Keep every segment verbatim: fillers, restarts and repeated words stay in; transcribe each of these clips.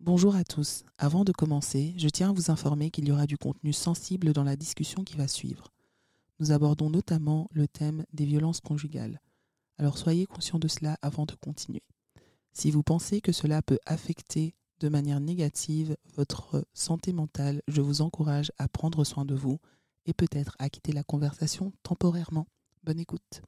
Bonjour à tous. Avant de commencer, je tiens à vous informer qu'il y aura du contenu sensible dans la discussion qui va suivre. Nous abordons notamment le thème des violences conjugales. Alors soyez conscients de cela avant de continuer. Si vous pensez que cela peut affecter de manière négative votre santé mentale, je vous encourage à prendre soin de vous et peut-être à quitter la conversation temporairement. Bonne écoute.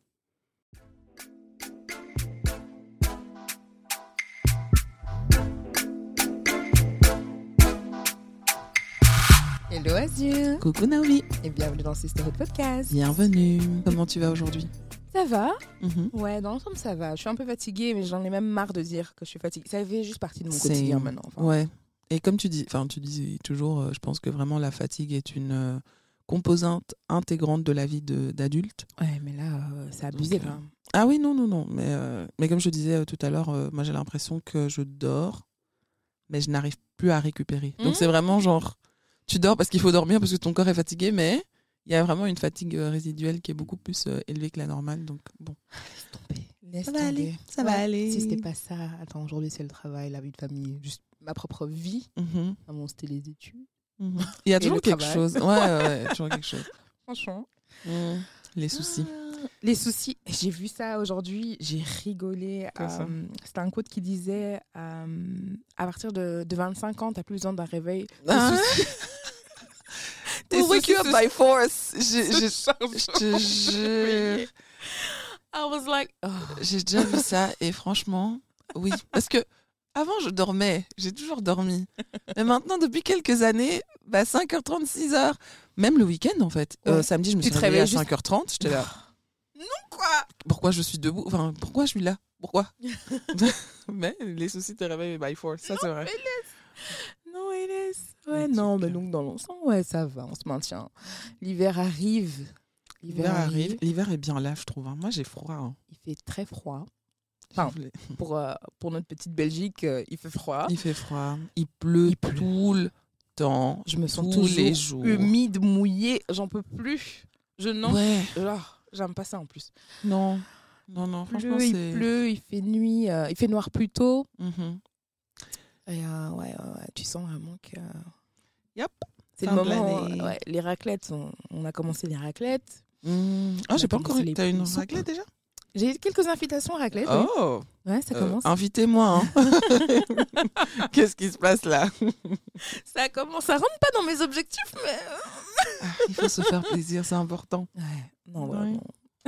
Hello Azur. Coucou Naomi. Et bienvenue dans Sisterhood Podcast. Bienvenue. Comment tu vas aujourd'hui? Ça va? Mm-hmm. Ouais, dans l'ensemble ça va. Je suis un peu fatiguée, mais j'en ai même marre de dire que je suis fatiguée. Ça fait juste partie de mon C'est... quotidien maintenant. Enfin. Ouais. Et comme tu dis, enfin tu dis toujours, euh, je pense que vraiment la fatigue est une euh, composante intégrante de la vie de, d'adulte. Ouais, mais là, euh, c'est abusé Donc, là. euh, Ah oui, non, non, non. Mais, euh, mais comme je disais euh, tout à l'heure, euh, moi j'ai l'impression que je dors, mais je n'arrive plus à récupérer. Donc Mmh. c'est vraiment genre, tu dors parce qu'il faut dormir parce que ton corps est fatigué, mais il y a vraiment une fatigue euh, résiduelle qui est beaucoup plus euh, élevée que la normale. Donc bon. Laisse tomber. Laisse Ça va tomber. aller, ça va aller. Si c'était pas ça, attends, aujourd'hui c'est le travail, la vie de famille, juste ma propre vie. Mhm, Avant c'était les études. mhm. Il y a toujours le quelque travail. chose. Ouais, ouais, ouais, toujours quelque chose. Franchement. Mhm. Les soucis. Ah, les soucis. J'ai vu ça aujourd'hui, j'ai rigolé. Quoi, ça Euh, c'était un quote qui disait euh, à partir de, de vingt-cinq ans, t'as plus besoin d'un réveil. Tes Ah. soucis- tes We'll wake soucis you up se- by force. Je, se je, chargent je te en jure. réveiller. I was like, oh. J'ai déjà vu ça et franchement, oui. Parce que avant, je dormais. J'ai toujours dormi. Mais maintenant, depuis quelques années, bah, cinq heures trente, six heures. Même le week-end, en fait. Ouais. Euh, samedi, je me Tu suis te réveillée à réveilles juste- cinq heures trente. J'étais là. Non, quoi? Pourquoi je suis debout? Enfin, pourquoi je suis là? Pourquoi? Mais les soucis te réveillent by force. Ça, c'est vrai. Non, Hélas. Ouais, Un non, truc, mais euh. donc dans l'ensemble, ouais, ça va, on se maintient. L'hiver arrive. L'hiver arrive. L'hiver est bien là, je trouve. hein. Moi, j'ai froid. hein. Il fait très froid. Je Enfin, voulais- Pour, euh, pour notre petite Belgique, euh, il fait froid. Il fait froid. Il pleut, Il pleut. tout le temps. Je me sens tous toujours les jours. humide, mouillée. J'en peux plus. Je n'en Ouais. Ah, j'aime pas ça en plus. Non. Non, non, franchement, Pleut, c'est... il pleut, il fait nuit, euh, il fait noir plus tôt. Mhm. Et euh, ouais, ouais, ouais, tu sens vraiment que. Yep. C'est Fin le de moment. l'année. Ouais, les raclettes, on, on a commencé les raclettes. Mmh. On Oh, j'ai a pas encore commencé eu. les T'as une soupes. raclette déjà? J'ai quelques invitations à raclette. oui. Oh, Ouais, ça euh, commence. invitez-moi. hein. Qu'est-ce qui se passe là? Ça commence. Ça rentre pas dans mes objectifs, mais. Ah, il faut se faire plaisir, c'est important. Ouais, non, Ouais. vraiment.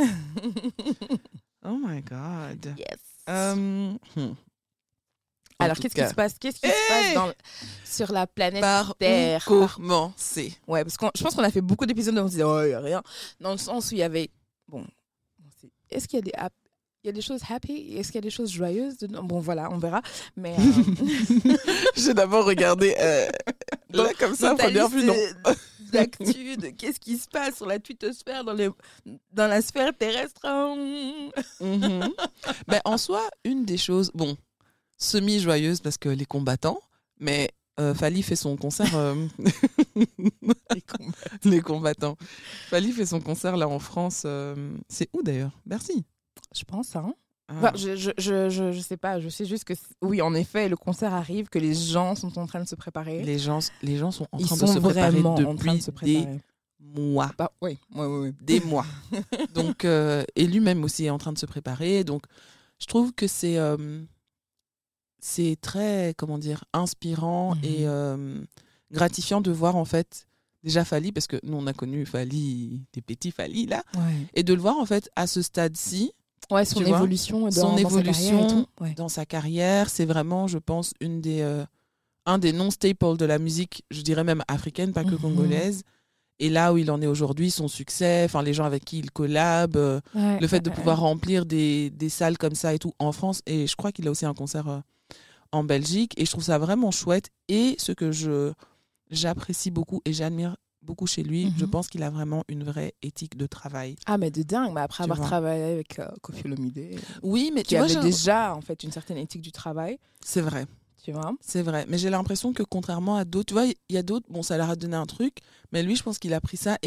Oh my God. Yes. Euh, hmm. En Alors, tout qu'est-ce cas, qui se passe Qu'est-ce qui se Hey passe dans le- sur la planète par Terre où commencer? Ouais, parce que je pense qu'on a fait beaucoup d'épisodes où on se disait, oh, il n'y a rien. Dans le sens où il y avait. Bon, bon, c'est- est-ce qu'il y a des. hap- Il y a des choses happy? Est-ce qu'il y a des choses joyeuses dedans? Bon, voilà, on verra. Mais. euh, J'ai d'abord regardé euh, là comme ça, dans ta première liste vue, non. de- d'actu, de qu'est-ce qui se passe sur la twittosphère, dans, les, dans la sphère terrestre. hein. Mhm. Ben, en soi, une des choses, bon, semi-joyeuse parce que les combattants, mais euh, Fally fait son concert. euh, Les combats. les combattants. Fally fait son concert là en France. euh, C'est où d'ailleurs? Bercy. Je pense, hein. Ah. Enfin, je, je, je, je, je sais pas, je sais juste que, c'est- oui, en effet, le concert arrive, que les gens sont en train de se préparer. les, gens, les gens sont en Ils train sont de se préparer vraiment depuis en train de se des préparer. mois. Bah, oui, oui, oui. oui. Des mois. Donc, euh, et lui-même aussi est en train de se préparer. Donc, je trouve que c'est euh, c'est très, comment dire, inspirant Mhm. et euh, gratifiant de voir en fait déjà Fally, parce que nous on a connu Fally, des petits Fally là, Ouais. et de le voir en fait à ce stade-ci, Ouais, son Tu vois, évolution dans, son dans sa carrière et évolution tout. Ouais. dans sa carrière, c'est vraiment, je pense, une des, euh, un des non-staples de la musique, je dirais même africaine, pas que Mhm. congolaise. Et là où il en est aujourd'hui, son succès, enfin les gens avec qui il collab, euh, Ouais, le fait de ouais, pouvoir remplir des, des salles comme ça et tout en France. Et je crois qu'il a aussi un concert euh, en Belgique. Et je trouve ça vraiment chouette. Et ce que je j'apprécie beaucoup et j'admire beaucoup chez lui, Mhm. je pense qu'il a vraiment une vraie éthique de travail. Ah, mais de dingue. Mais après Tu avoir vois. travaillé avec euh, Koffi Olomide, Oui, mais qui tu vois, avait j'ai- déjà en fait une certaine éthique du travail, c'est vrai. tu vois. C'est vrai, mais j'ai l'impression que contrairement à d'autres, tu vois, il y a d'autres, bon, ça leur a donné un truc, mais lui, je pense qu'il a pris ça et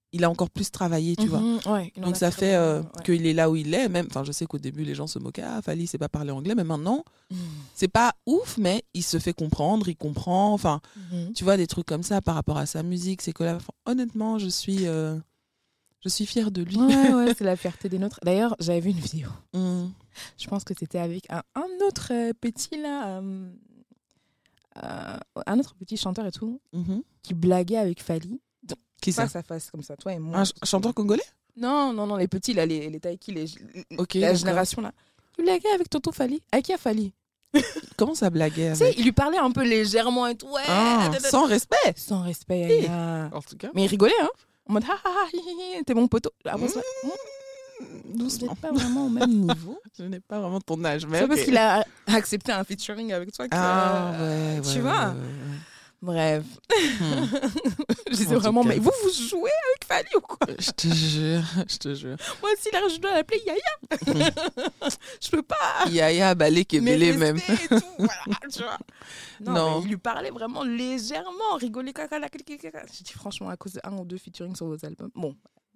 il a encore plus travaillé, tu Mhm, vois. ouais, il en Donc a ça très fait euh, bien, ouais. qu'il est là où il est. Même, enfin, je sais qu'au début, les gens se moquaient. Ah, Fally, il sait pas parler anglais. Mais maintenant, Mhm. c'est pas ouf, mais il se fait comprendre, il comprend. Enfin, Mhm. tu vois, des trucs comme ça par rapport à sa musique, ses collabs. Enfin, honnêtement, je suis, euh, je suis fière de lui. Ouais, ouais, c'est la fierté des nôtres. D'ailleurs, j'avais vu une vidéo. Mm. Je pense que c'était avec un, un autre euh, petit, là, euh, euh, un autre petit chanteur et tout, Mhm. qui blaguait avec Fally. Qui ça Face à face, comme ça, toi et moi. Un ch- chanteur congolais? Non, non, non, les petits, là, les, les Taiki, les, Ok, la d'accord. génération, là. Qui blaguait avec Tonton Fally. À qui a Fally? Comment ça blaguait Tu sais, avec il lui parlait un peu légèrement et tout. Ouais, Ah, da, da, da. sans respect. Sans respect, Eh. Yaya. En tout cas. Mais il rigolait, hein. En mode, ah, ah, ah, hi, hi, hi, t'es mon poteau. Après, ça, Mm. vous Doucement. n'êtes pas vraiment au même niveau. Je n'ai pas vraiment ton âge, mais C'est ok. parce qu'il a accepté un featuring avec toi que. Ah, euh, ouais, ouais. Tu ouais, vois. ouais, ouais. Bref. Hmm. Je disais En tout vraiment, cas. mais vous, vous jouez avec Fally ou quoi? Je te jure, je te jure. Moi aussi, là, je dois l'appeler Yaya. Je peux pas. Yaya Balé Kebele Mais même. respect et tout, voilà, tu vois. Non, Non. mais il lui parlait vraiment légèrement, rigoler caca, la caca, caca. J'ai dit franchement, à cause de un ou deux featuring sur vos albums. Bon.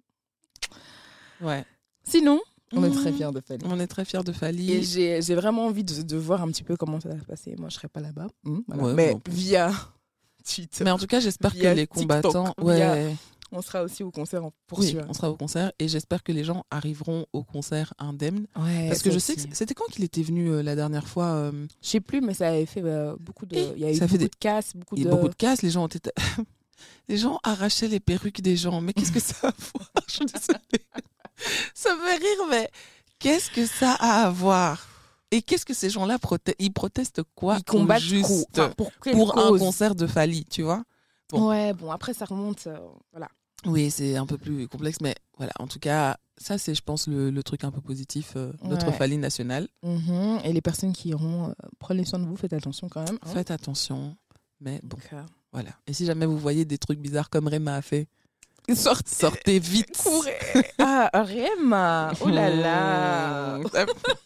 Ouais. Sinon, on est Mhm. très fiers de Fally. On est très fiers de Et Fally. j'ai j'ai vraiment envie de, de voir un petit peu comment ça va se passer. Moi, je serai pas là-bas. Hum, voilà. Ouais, mais non plus. via Twitter, Mais en tout cas, j'espère Via que les TikTok, combattants. via- Ouais. on sera aussi au concert en Oui, poursuivant. on sera au concert et j'espère que les gens arriveront au concert indemnes. Ouais, Parce que ça je sais que aussi. c- c'était quand qu'il était venu euh, la dernière fois euh, Je sais plus, mais ça avait fait euh, beaucoup de. Et Il y a eu ça fait beaucoup des- de casses, beaucoup Il y de. a beaucoup de casse, les gens ont été. Les gens arrachaient les perruques des gens. Mais qu'est-ce que ça a à voir? Je suis désolée. Ça me fait rire, mais qu'est-ce que ça a à voir? Et qu'est-ce que ces gens-là protestent? Ils protestent quoi? Ils combattent au juste co- enfin, pour, quelle pour un cause? concert de Fally, tu vois? Bon. Ouais, bon, après, ça remonte. euh, voilà. Oui, c'est un peu plus complexe, mais voilà. En tout cas, ça, c'est, je pense, le, le truc un peu positif, euh, notre Ouais. Fally national. Mhm. Et les personnes qui iront, euh, prenez soin de vous, faites attention quand même. hein. Faites attention, mais bon, Donc, euh, voilà. Et si jamais vous voyez des trucs bizarres comme Rema a fait, sortez, sortez vite. courez. Ah, Rema. Oh là là. Mmh.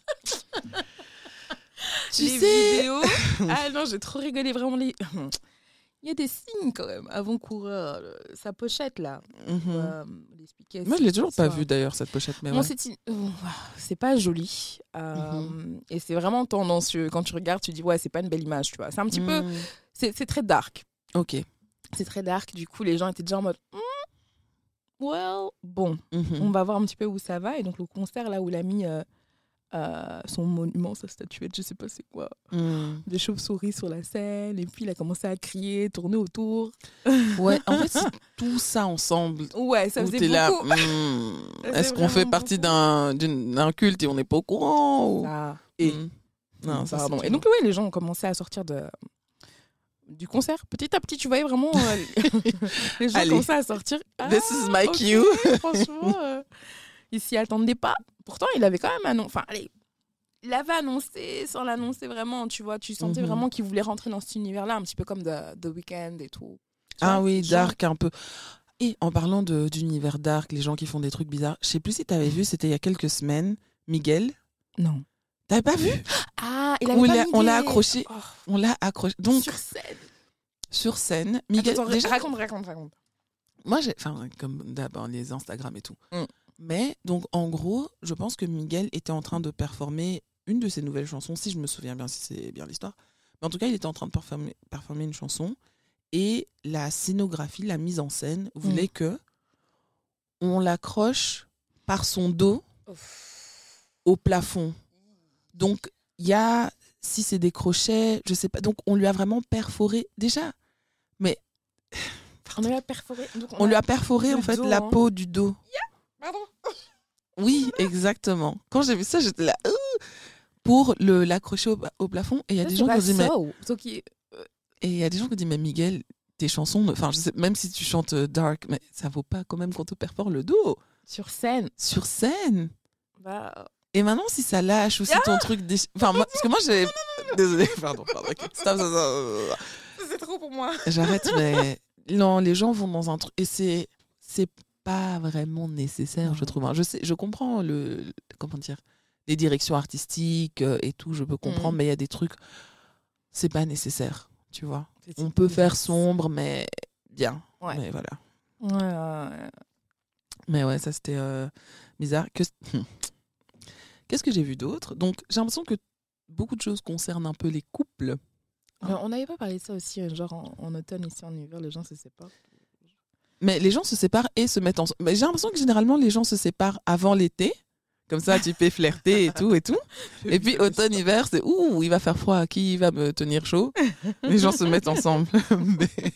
Tu les sais- vidéos. Ah non, j'ai trop rigolé. Vraiment, les... il y a des signes quand même. Avant-coureur, le- sa pochette là. Mhm. Euh, les speakers, Moi, je l'ai toujours pas soit- vu d'ailleurs, cette pochette. Mais Bon, ouais. c'est oh, c'est pas joli. Euh, Mhm. Et c'est vraiment tendancieux. Quand tu regardes, tu dis, ouais, c'est pas une belle image, tu vois. C'est un petit peu. Mm. C'est c'est très dark. Ok. C'est très dark. Du coup, les gens étaient déjà en mode. Hmm, well, bon, Mhm. on va voir un petit peu où ça va. Et donc, le concert, là où il a mis euh, euh, son monument, sa statuette, je sais pas c'est quoi, Mm. des chauves-souris sur la scène. Et puis, il a commencé à crier, tourner autour. Ouais, en fait, c'est tout ça ensemble. Ouais, ça Où faisait t'es là, beaucoup. mm, Ça faisait est-ce qu'on fait vraiment partie beaucoup. d'un, d'une- d'un culte et on n'est pas au courant ou... Ça. Et, Mm. Non, ça, pardon. c'est Et donc, oui, les gens ont commencé à sortir de, du concert. Petit à petit, tu voyais vraiment euh, les gens Allez. commençaient à sortir. This is my ok, cue. Franchement, euh, ils s'y attendaient pas. Pourtant, il avait quand même annoncé. Enfin, allez, il avait annoncé sans l'annoncer vraiment, tu vois. Tu sentais Mhm. vraiment qu'il voulait rentrer dans cet univers-là, un petit peu comme The, The Weeknd et tout. Tu Ah vois, oui, genre- dark un peu. Et en parlant de, d'univers dark, les gens qui font des trucs bizarres, je sais plus si t'avais vu, c'était il y a quelques semaines, Miguel. Non. T'avais pas vu? Ah, il On avait l'a- pas on l'a Miguel. accroché. Oh, On l'a accroché. Donc, sur scène. sur scène, Miguel. Attends, attends, déjà, raconte, raconte, raconte. moi, j'ai. Enfin, comme d'abord, les Instagram et tout. Mm. Mais, donc, en gros, je pense que Miguel était en train de performer une de ses nouvelles chansons, si je me souviens bien, si c'est bien l'histoire. Mais en tout cas, il était en train de performer, performer une chanson. Et la scénographie, la mise en scène, voulait Mm. que on l'accroche par son dos Ouf. au plafond. Donc, il y a, si c'est des crochets, je sais pas. Donc, on lui a vraiment perforé, déjà. Mais On lui a perforé. Donc on lui a perforé, le en fait, dos, la hein. peau du dos. Pardon. Oui, exactement. Quand j'ai vu ça, j'étais là, euh, pour le l'accrocher au, au plafond. Et il y a Ça, des c'est gens qui pas ont dit, mais, soul. So qui- et il y a des gens qui ont dit, mais Miguel, tes chansons, ne- enfin, je sais, même si tu chantes euh, dark, mais ça vaut pas quand même qu'on te perfore le dos Sur scène. sur scène. Bah, Et maintenant, si ça lâche aussi ton truc, déch- enfin, moi, parce que moi, j'ai, désolée, pardon, pardon, ok. Stop, stop, stop. c'est trop pour moi. J'arrête, mais non, les gens vont dans un truc et c'est c'est pas vraiment nécessaire, je Non. trouve. hein. Je sais, je comprends le, le- comment dire, les directions artistiques euh, et tout, je peux comprendre, Mm. mais il y a des trucs, c'est pas nécessaire, tu vois. On peut faire sombre, mais bien. Ouais. Mais voilà. Ouais, ouais, ouais. Mais ouais, ça c'était euh, bizarre. Que... Qu'est-ce que j'ai vu d'autre? Donc j'ai l'impression que beaucoup de choses concernent un peu les couples. Mais on n'avait pas parlé de ça aussi, euh, genre en, en automne, ici en hiver, les gens se séparent. Mais les gens se séparent et se mettent ensemble. Mais j'ai l'impression que généralement les gens se séparent avant l'été. Comme ça, tu peux flirter et tout et tout. Et puis automne-hiver, c'est ouh, il va faire froid, qui va me tenir chaud? Les gens se mettent ensemble. Mais,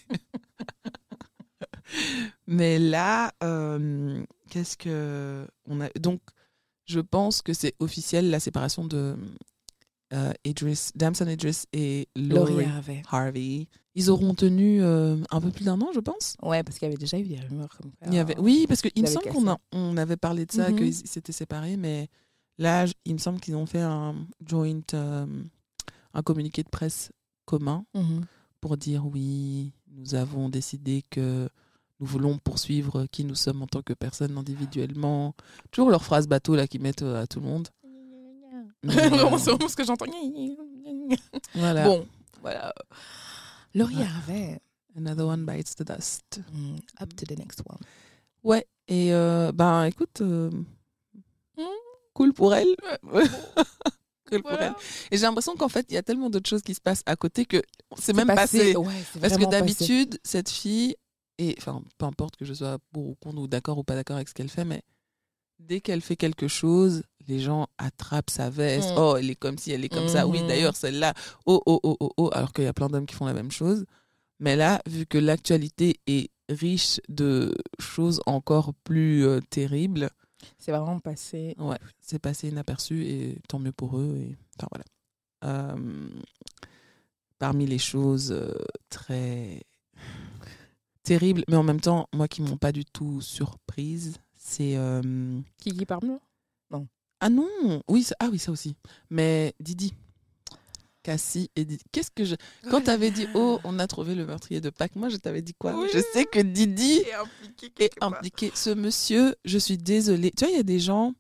Mais là, euh, qu'est-ce que on a? Donc, je pense que c'est officiel la séparation de euh, Idris, Damson Idris et Laurie, Laurie Harvey. Harvey. Ils auront tenu euh, un peu plus d'un an, je pense. Ouais, parce qu'il y avait déjà eu des rumeurs comme ça. Il y avait, oui, parce qu'il me avaient semble cassé. qu'on a, on avait parlé de ça, Mhm. qu'ils s'étaient séparés, mais là, j- il me semble qu'ils ont fait un joint, euh, un communiqué de presse commun Mhm. pour dire oui, nous avons décidé que nous voulons poursuivre qui nous sommes en tant que personnes individuellement. Toujours leur phrase bateau là qu'ils mettent euh, à tout le monde. Mais, euh, Vraiment, c'est vraiment ce que j'entends. voilà. Bon, voilà. Laurie Ouais. Harvey. Another one bites the dust. Mm, up to the next one. Ouais, et euh, ben écoute, euh, Mm. cool pour elle. Ouais. Cool pour Voilà. elle. Et j'ai l'impression qu'en fait, il y a tellement d'autres choses qui se passent à côté que c'est C'est même passé. Ouais, c'est Parce que vraiment passé. d'habitude, cette fille, et enfin, peu importe que je sois pour ou contre ou d'accord ou pas d'accord avec ce qu'elle fait, mais dès qu'elle fait quelque chose, les gens attrapent sa veste. Mm. Oh, elle est comme ci, elle est comme ça. Oui, Mhm. d'ailleurs, celle-là, oh, oh, oh, oh, oh. Alors qu'il y a plein d'hommes qui font la même chose. Mais là, vu que l'actualité est riche de choses encore plus euh, terribles, C'est vraiment passé. ouais, c'est passé inaperçu et tant mieux pour eux. Et... Enfin, voilà. Euh, parmi les choses euh, très terribles, mais en même temps, moi qui m'ont pas du tout surprise, c'est... euh, Kiki Parme. Ah non, oui, ça... ah oui, ça aussi. Mais Didi, Cassie et Didi. Qu'est-ce que je... Quand t'avais dit, oh, on a trouvé le meurtrier de Pâques, moi je t'avais dit quoi? Oui. Je sais que Didi est impliqué est quelque part. impliqué. Ce monsieur, je suis désolée. Tu vois, il y a des gens...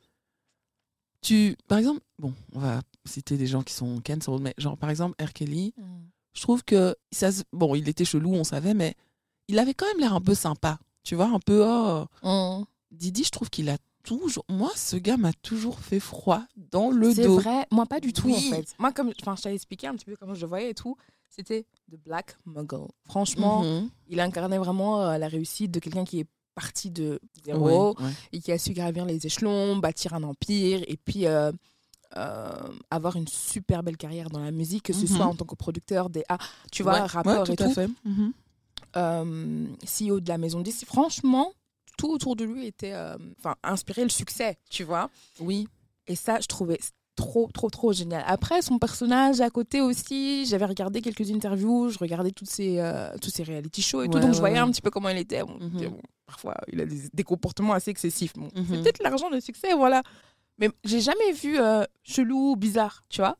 Tu... Par exemple, bon, on va citer des gens qui sont cancelled, mais genre, par exemple, R. Kelly, Mm. je trouve que... Ça se... Bon, il était chelou, on savait, mais il avait quand même l'air un peu sympa. Tu vois, un peu... Oh... Mm. Didi, je trouve qu'il a toujours... Moi, ce gars m'a toujours fait froid dans le C'est dos. vrai, moi pas du tout Oui. en fait. Moi, comme enfin, je t'avais expliqué un petit peu comment je le voyais et tout, c'était The Black Muggle. Franchement, Mhm. il incarnait vraiment euh, la réussite de quelqu'un qui est parti de zéro Ouais, ouais. et qui a su gravir les échelons, bâtir un empire et puis euh, euh, avoir une super belle carrière dans la musique, que ce Mhm. soit en tant que producteur, des ah, tu vois, Ouais, rappeur ouais, et tout à tout, fait. Mhm. euh, C E O de la maison dix. Franchement, tout autour de lui était, euh, enfin, inspiré le succès, tu vois. Oui. Et ça, je trouvais trop, trop, trop génial. Après, son personnage à côté aussi, j'avais regardé quelques interviews, je regardais toutes ces, euh, tous ces reality shows et tout, Ouais, donc ouais, je voyais ouais. un petit peu comment il était. Bon, Mhm. bon, parfois, il a des, des comportements assez excessifs. Bon, Mhm. c'est peut-être l'argent, le succès, voilà. Mais j'ai jamais vu euh, chelou, bizarre, tu vois.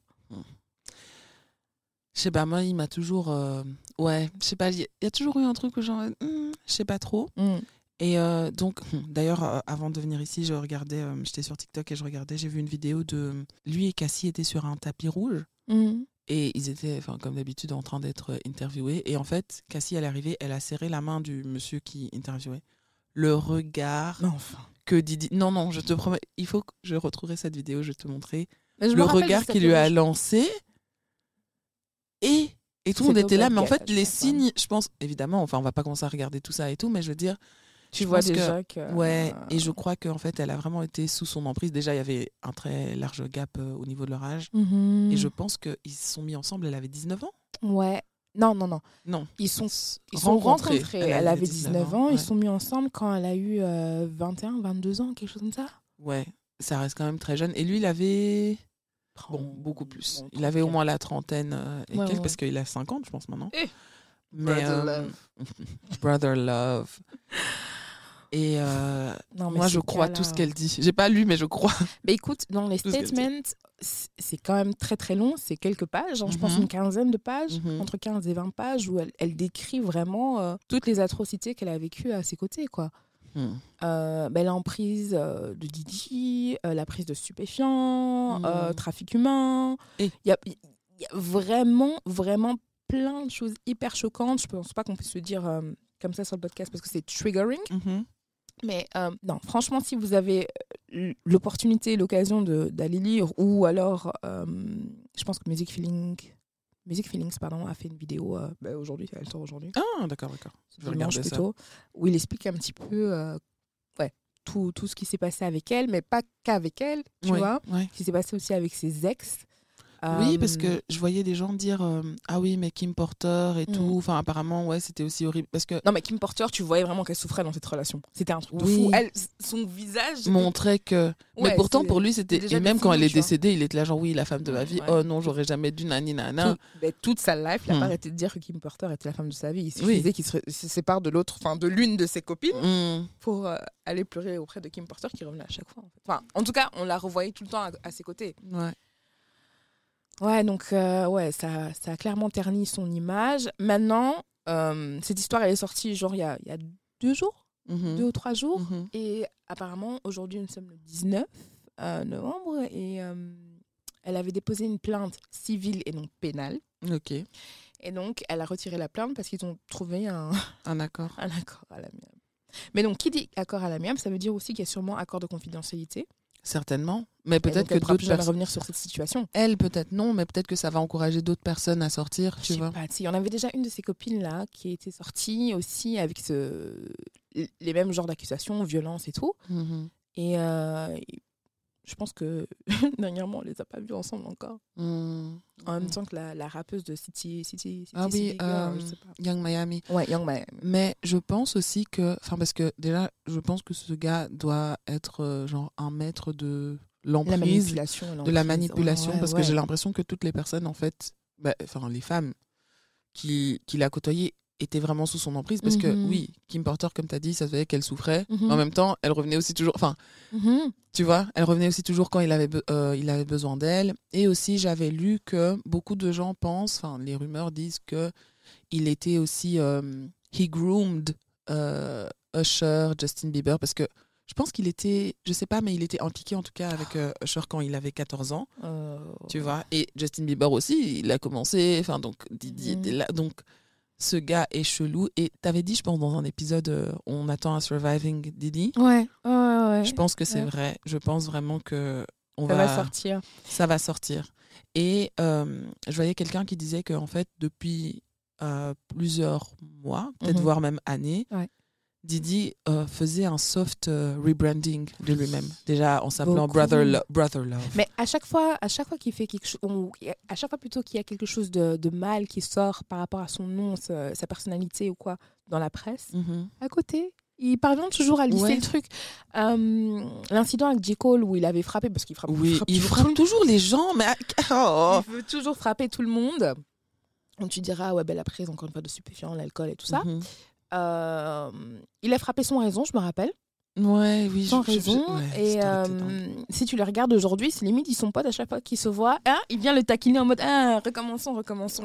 Je sais pas, moi, il m'a toujours... euh, Ouais, je sais pas, il y, a- il y a toujours eu un truc où genre... hmm, je sais pas trop. Mm. Et euh, donc, d'ailleurs, euh, avant de venir ici, je regardais... euh, J'étais sur TikTok et je regardais, j'ai vu une vidéo de... Lui et Cassie étaient sur un tapis rouge. Mm. Et ils étaient, enfin, comme d'habitude, en train d'être interviewés. Et en fait, Cassie, elle est arrivée, elle a serré la main du monsieur qui interviewait. Le regard Enfin. que Didi... Non, non, je te promets, il faut que je retrouverai cette vidéo, je vais te montrer. Mais je me Le rappelle de regard cette qu'il lui a rouge. lancé. Et, et tout le monde C'était au était là. Mais en Belgrade, fait, je les pense, hein. signes, je pense, évidemment, enfin, on va pas commencer à regarder tout ça et tout, mais je veux dire... Tu je vois pense que- déjà que... Ouais, euh, et je crois qu'en fait, elle a vraiment été sous son emprise. Déjà, il y avait un très large gap euh, au niveau de leur âge. mhm. Et je pense qu'ils se sont mis ensemble, elle avait dix-neuf ans. Ouais. Non, non, non. Non. Ils sont S- Ils sont rencontrés. Elle, avait dix-neuf ans. ouais. Ils sont mis ensemble quand elle a eu euh, vingt et un, vingt-deux ans, quelque chose comme ça. Ouais, ça reste quand même très jeune. Et lui, il avait... Bon, Oh, beaucoup plus. bon, Il avait au trente-quatre. moins la trentaine euh, et Ouais, quelques, ouais. parce qu'il a cinquante, je pense, maintenant. Eh, Mais, brother euh, love. brother love. Et euh, Non, mais moi, ce je crois gars-là- tout ce qu'elle dit. J'ai pas lu, mais je crois. Mais écoute, dans les Tout ce qu'elle statements, c'est c'est quand même très très long. C'est quelques pages, hein, je pense Mhm. une quinzaine de pages, Mhm. entre quinze et vingt pages, où elle, elle décrit vraiment euh, toutes les atrocités qu'elle a vécues à ses côtés, quoi. Hmm. Euh, ben, l'emprise euh, de Didi, euh, la prise de stupéfiants, Mhm. euh, trafic humain. Il Et- y a, il y a vraiment, vraiment plein de choses hyper choquantes. Je pense pas qu'on puisse le dire euh, comme ça sur le podcast parce que c'est triggering. Mhm. Mais euh, non, franchement, si vous avez l'opportunité, l'occasion de, d'aller lire, ou alors, euh, je pense que Music Feeling, Music Feelings pardon, a fait une vidéo euh, bah, aujourd'hui, elle sort aujourd'hui. Ah, d'accord, d'accord. Je vais regarder ça. Plutôt, où il explique un petit peu euh, ouais, tout, tout ce qui s'est passé avec elle, mais pas qu'avec elle, tu oui, vois, oui. ce qui s'est passé aussi avec ses ex. Oui, euh, parce que je voyais des gens dire euh, ah oui, mais Kim Porter et Mm. tout. Enfin, apparemment, ouais, c'était aussi horrible. Parce que Non, mais Kim Porter, tu voyais vraiment qu'elle souffrait dans cette relation. C'était un truc de Oui. fou. Elle, son visage. c'était- montrait que. Ouais, mais pourtant, c'est- pour lui, c'était. déjà Et même des quand elle signes, est tu vois. décédée, il était là, genre, oui, la femme de ma vie. Ouais. Oh non, j'aurais jamais dû nani nana. Tout- ben, toute sa life, il n'a Hmm. pas arrêté de dire que Kim Porter était la femme de sa vie. Il Oui. suffisait qu'il se, se sépare de l'autre, enfin de l'une de ses copines, Mm. pour euh, aller pleurer auprès de Kim Porter qui revenait à chaque fois. En fait. Enfin, en tout cas, on la revoyait tout le temps à, à ses côtés. Ouais. Ouais, donc euh, ouais, ça, ça a clairement terni son image. Maintenant, euh, cette histoire, elle est sortie genre il y a, il y a deux jours, Mhm. deux ou trois jours. Mhm. Et apparemment, aujourd'hui, nous sommes le dix-neuf euh, novembre et euh, elle avait déposé une plainte civile et non pénale. Ok. Et donc, elle a retiré la plainte parce qu'ils ont trouvé un, Un accord. un accord à l'amiable. Mais donc, qui dit accord à l'amiable, ça veut dire aussi qu'il y a sûrement accord de confidentialité. Certainement. Mais Et peut-être donc, que elle pourra d'autres plus jamais personnes. revenir sur cette situation. Elle, peut-être non, mais peut-être que ça va encourager d'autres personnes à sortir, Je tu sais vois. pas, tu sais, il y en avait déjà une de ses copines là qui était sortie aussi avec ce... les mêmes genres d'accusations, violence et tout. Mhm. Et euh, je pense que dernièrement, on les a pas vus ensemble encore. Mm. En même temps que la, la rappeuse de City, City, City, Ah oui, City Girl, euh, je sais pas. Young Miami. Ouais, Young Man. Mais je pense aussi que, enfin parce que déjà, je pense que ce gars doit être euh, genre un maître de La l'emprise, manipulation. de la l'emprise. manipulation, Ouais, parce ouais. que j'ai l'impression que toutes les personnes en fait, bah, enfin les femmes qui qui l'a côtoyé étaient vraiment sous son emprise, parce que Mhm. oui, Kim Porter, comme tu as dit, ça se voyait qu'elle souffrait, Mhm. mais en même temps, elle revenait aussi toujours, enfin Mhm. tu vois, elle revenait aussi toujours quand il avait, be- euh, il avait besoin d'elle. Et aussi, j'avais lu que beaucoup de gens pensent, enfin, les rumeurs disent que il était aussi, euh, he groomed euh, Usher, Justin Bieber, parce que je pense qu'il était, je sais pas, mais il était impliqué en tout cas avec euh, Usher quand il avait quatorze ans, Euh, tu vois. Et Justin Bieber aussi, il a commencé, enfin, donc Didi Mhm. était là, donc ce gars est chelou. Et t'avais dit, je pense, dans un épisode, euh, on attend un Surviving Didi. Ouais, ouais, ouais. Je pense que c'est Ouais. vrai. Je pense vraiment que on Ça va, va sortir. ça va sortir. Et euh, je voyais quelqu'un qui disait que en fait, depuis euh, plusieurs mois, peut-être Mhm. voire même années, Ouais. Didi euh, faisait un soft euh, rebranding de lui-même. Déjà en s'appelant Beaucoup. Brother, Lo- Brother Love. Mais à chaque fois, à chaque fois qu'il fait quelque chose, à chaque fois plutôt qu'il y a quelque chose de, de mal qui sort par rapport à son nom, sa, sa personnalité ou quoi dans la presse, Mhm. à côté, il parvient toujours à lisser Ouais. le truc. Euh, L'incident avec J. Cole où il avait frappé parce qu'il frappe. Oui, il toujours frappe tout toujours les gens, mais oh. le monde. Il veut toujours frapper tout le monde. Donc tu diras ouais ben la prise encore une fois de stupéfiants, l'alcool et tout ça. Mhm. Euh, il a frappé sans raison, je me rappelle. Ouais, oui. Sans je- je- je- raison. ouais, et cette histoire était euh, dingue. si tu les regardes aujourd'hui, c'est limite, ils sont potes à chaque fois qu'ils se voient. Hein, il vient le taquiner en mode ah, recommençons, recommençons.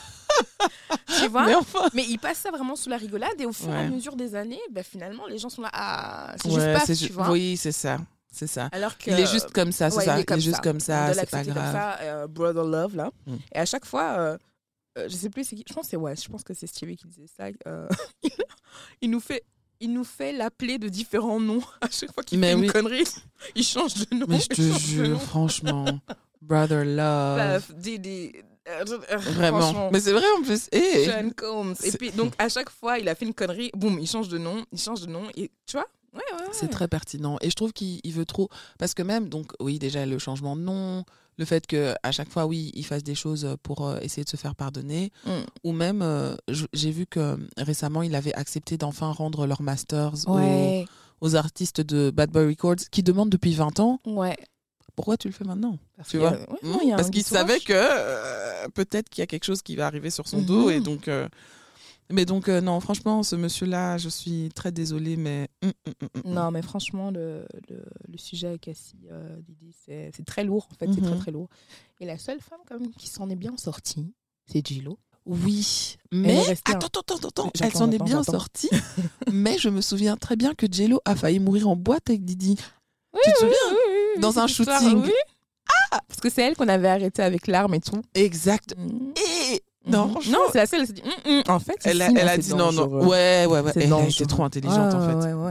Tu vois Mais enfin. Mais il passe ça vraiment sous la rigolade et au fur et à Ouais. mesure des années, ben, finalement, les gens sont là. Ah, c'est Ouais, juste pas, c'est tu ju- vois. Oui, c'est ça. C'est ça. Alors que, Il est juste comme ça, c'est ouais, ça. il est, comme juste ça. comme On ça, doit c'est pas l'accepter grave. comme ça, euh, brother love, là. Mm. Et à chaque fois, euh, euh, je sais plus, c'est qui. Je pense que c'est ouais, je pense que c'est Stevie qui disait ça. euh, il nous fait. Il nous fait l'appeler de différents noms à chaque fois qu'il Mais fait oui. une connerie. Il change de nom. Mais je il te change de nom. jure, franchement, Brother Love. Bref, Didi. euh, euh, Vraiment. franchement, Mais c'est vrai en plus. Eh. Sean Combs. Et C'est- puis, donc, à chaque fois, il a fait une connerie. Boum, il change de nom. Il change de nom. Et tu vois Ouais, ouais, ouais. C'est très pertinent. Et je trouve qu'il il veut trop. Parce que même, donc, oui, déjà, le changement de nom, le fait qu'à chaque fois, oui, il fasse des choses pour euh, essayer de se faire pardonner. Mm. Ou même, euh, je- j'ai vu que euh, récemment, il avait accepté d'enfin rendre leurs masters Ouais. aux, aux artistes de Bad Boy Records qui demandent depuis vingt ans. Ouais. Pourquoi tu le fais maintenant? Parce Tu qu'il y a- vois ouais, Mmh, non, il y a Parce un qu'il discours. savait que euh, peut-être qu'il y a quelque chose qui va arriver sur son Mhm. dos. Et donc, euh, mais donc, euh, non, franchement, ce monsieur-là, je suis très désolée, mais. hum, hum, hum, hum. Non, mais franchement, le, le, le sujet avec Cassie, euh, Didi, c'est c'est très lourd, en fait, c'est Mhm. très très lourd. Et la seule femme quand même qui s'en est bien sortie, c'est J-Lo. Oui, est mais restée un- attends, attends, attends, attends, J'entends, elle s'en est j'entends, bien j'entends. sortie. Mais je me souviens très bien que J-Lo a failli mourir en boîte avec Didi. Oui, Tu te oui, souviens oui, oui, oui, Dans cette un histoire, shooting. oui. Ah Parce que c'est elle qu'on avait arrêtée avec l'arme et tout. Exact. Mhm. Et non, Mhm. franchement, non, c'est la seule. Elle s'est dit, Hum, hum. En fait, elle a, ici, elle là, a c'est dit non, non. dangereux. Ouais, ouais, ouais. C'est Elle a été dangereux. trop intelligente Ouais, en fait. Ouais, ouais, ouais.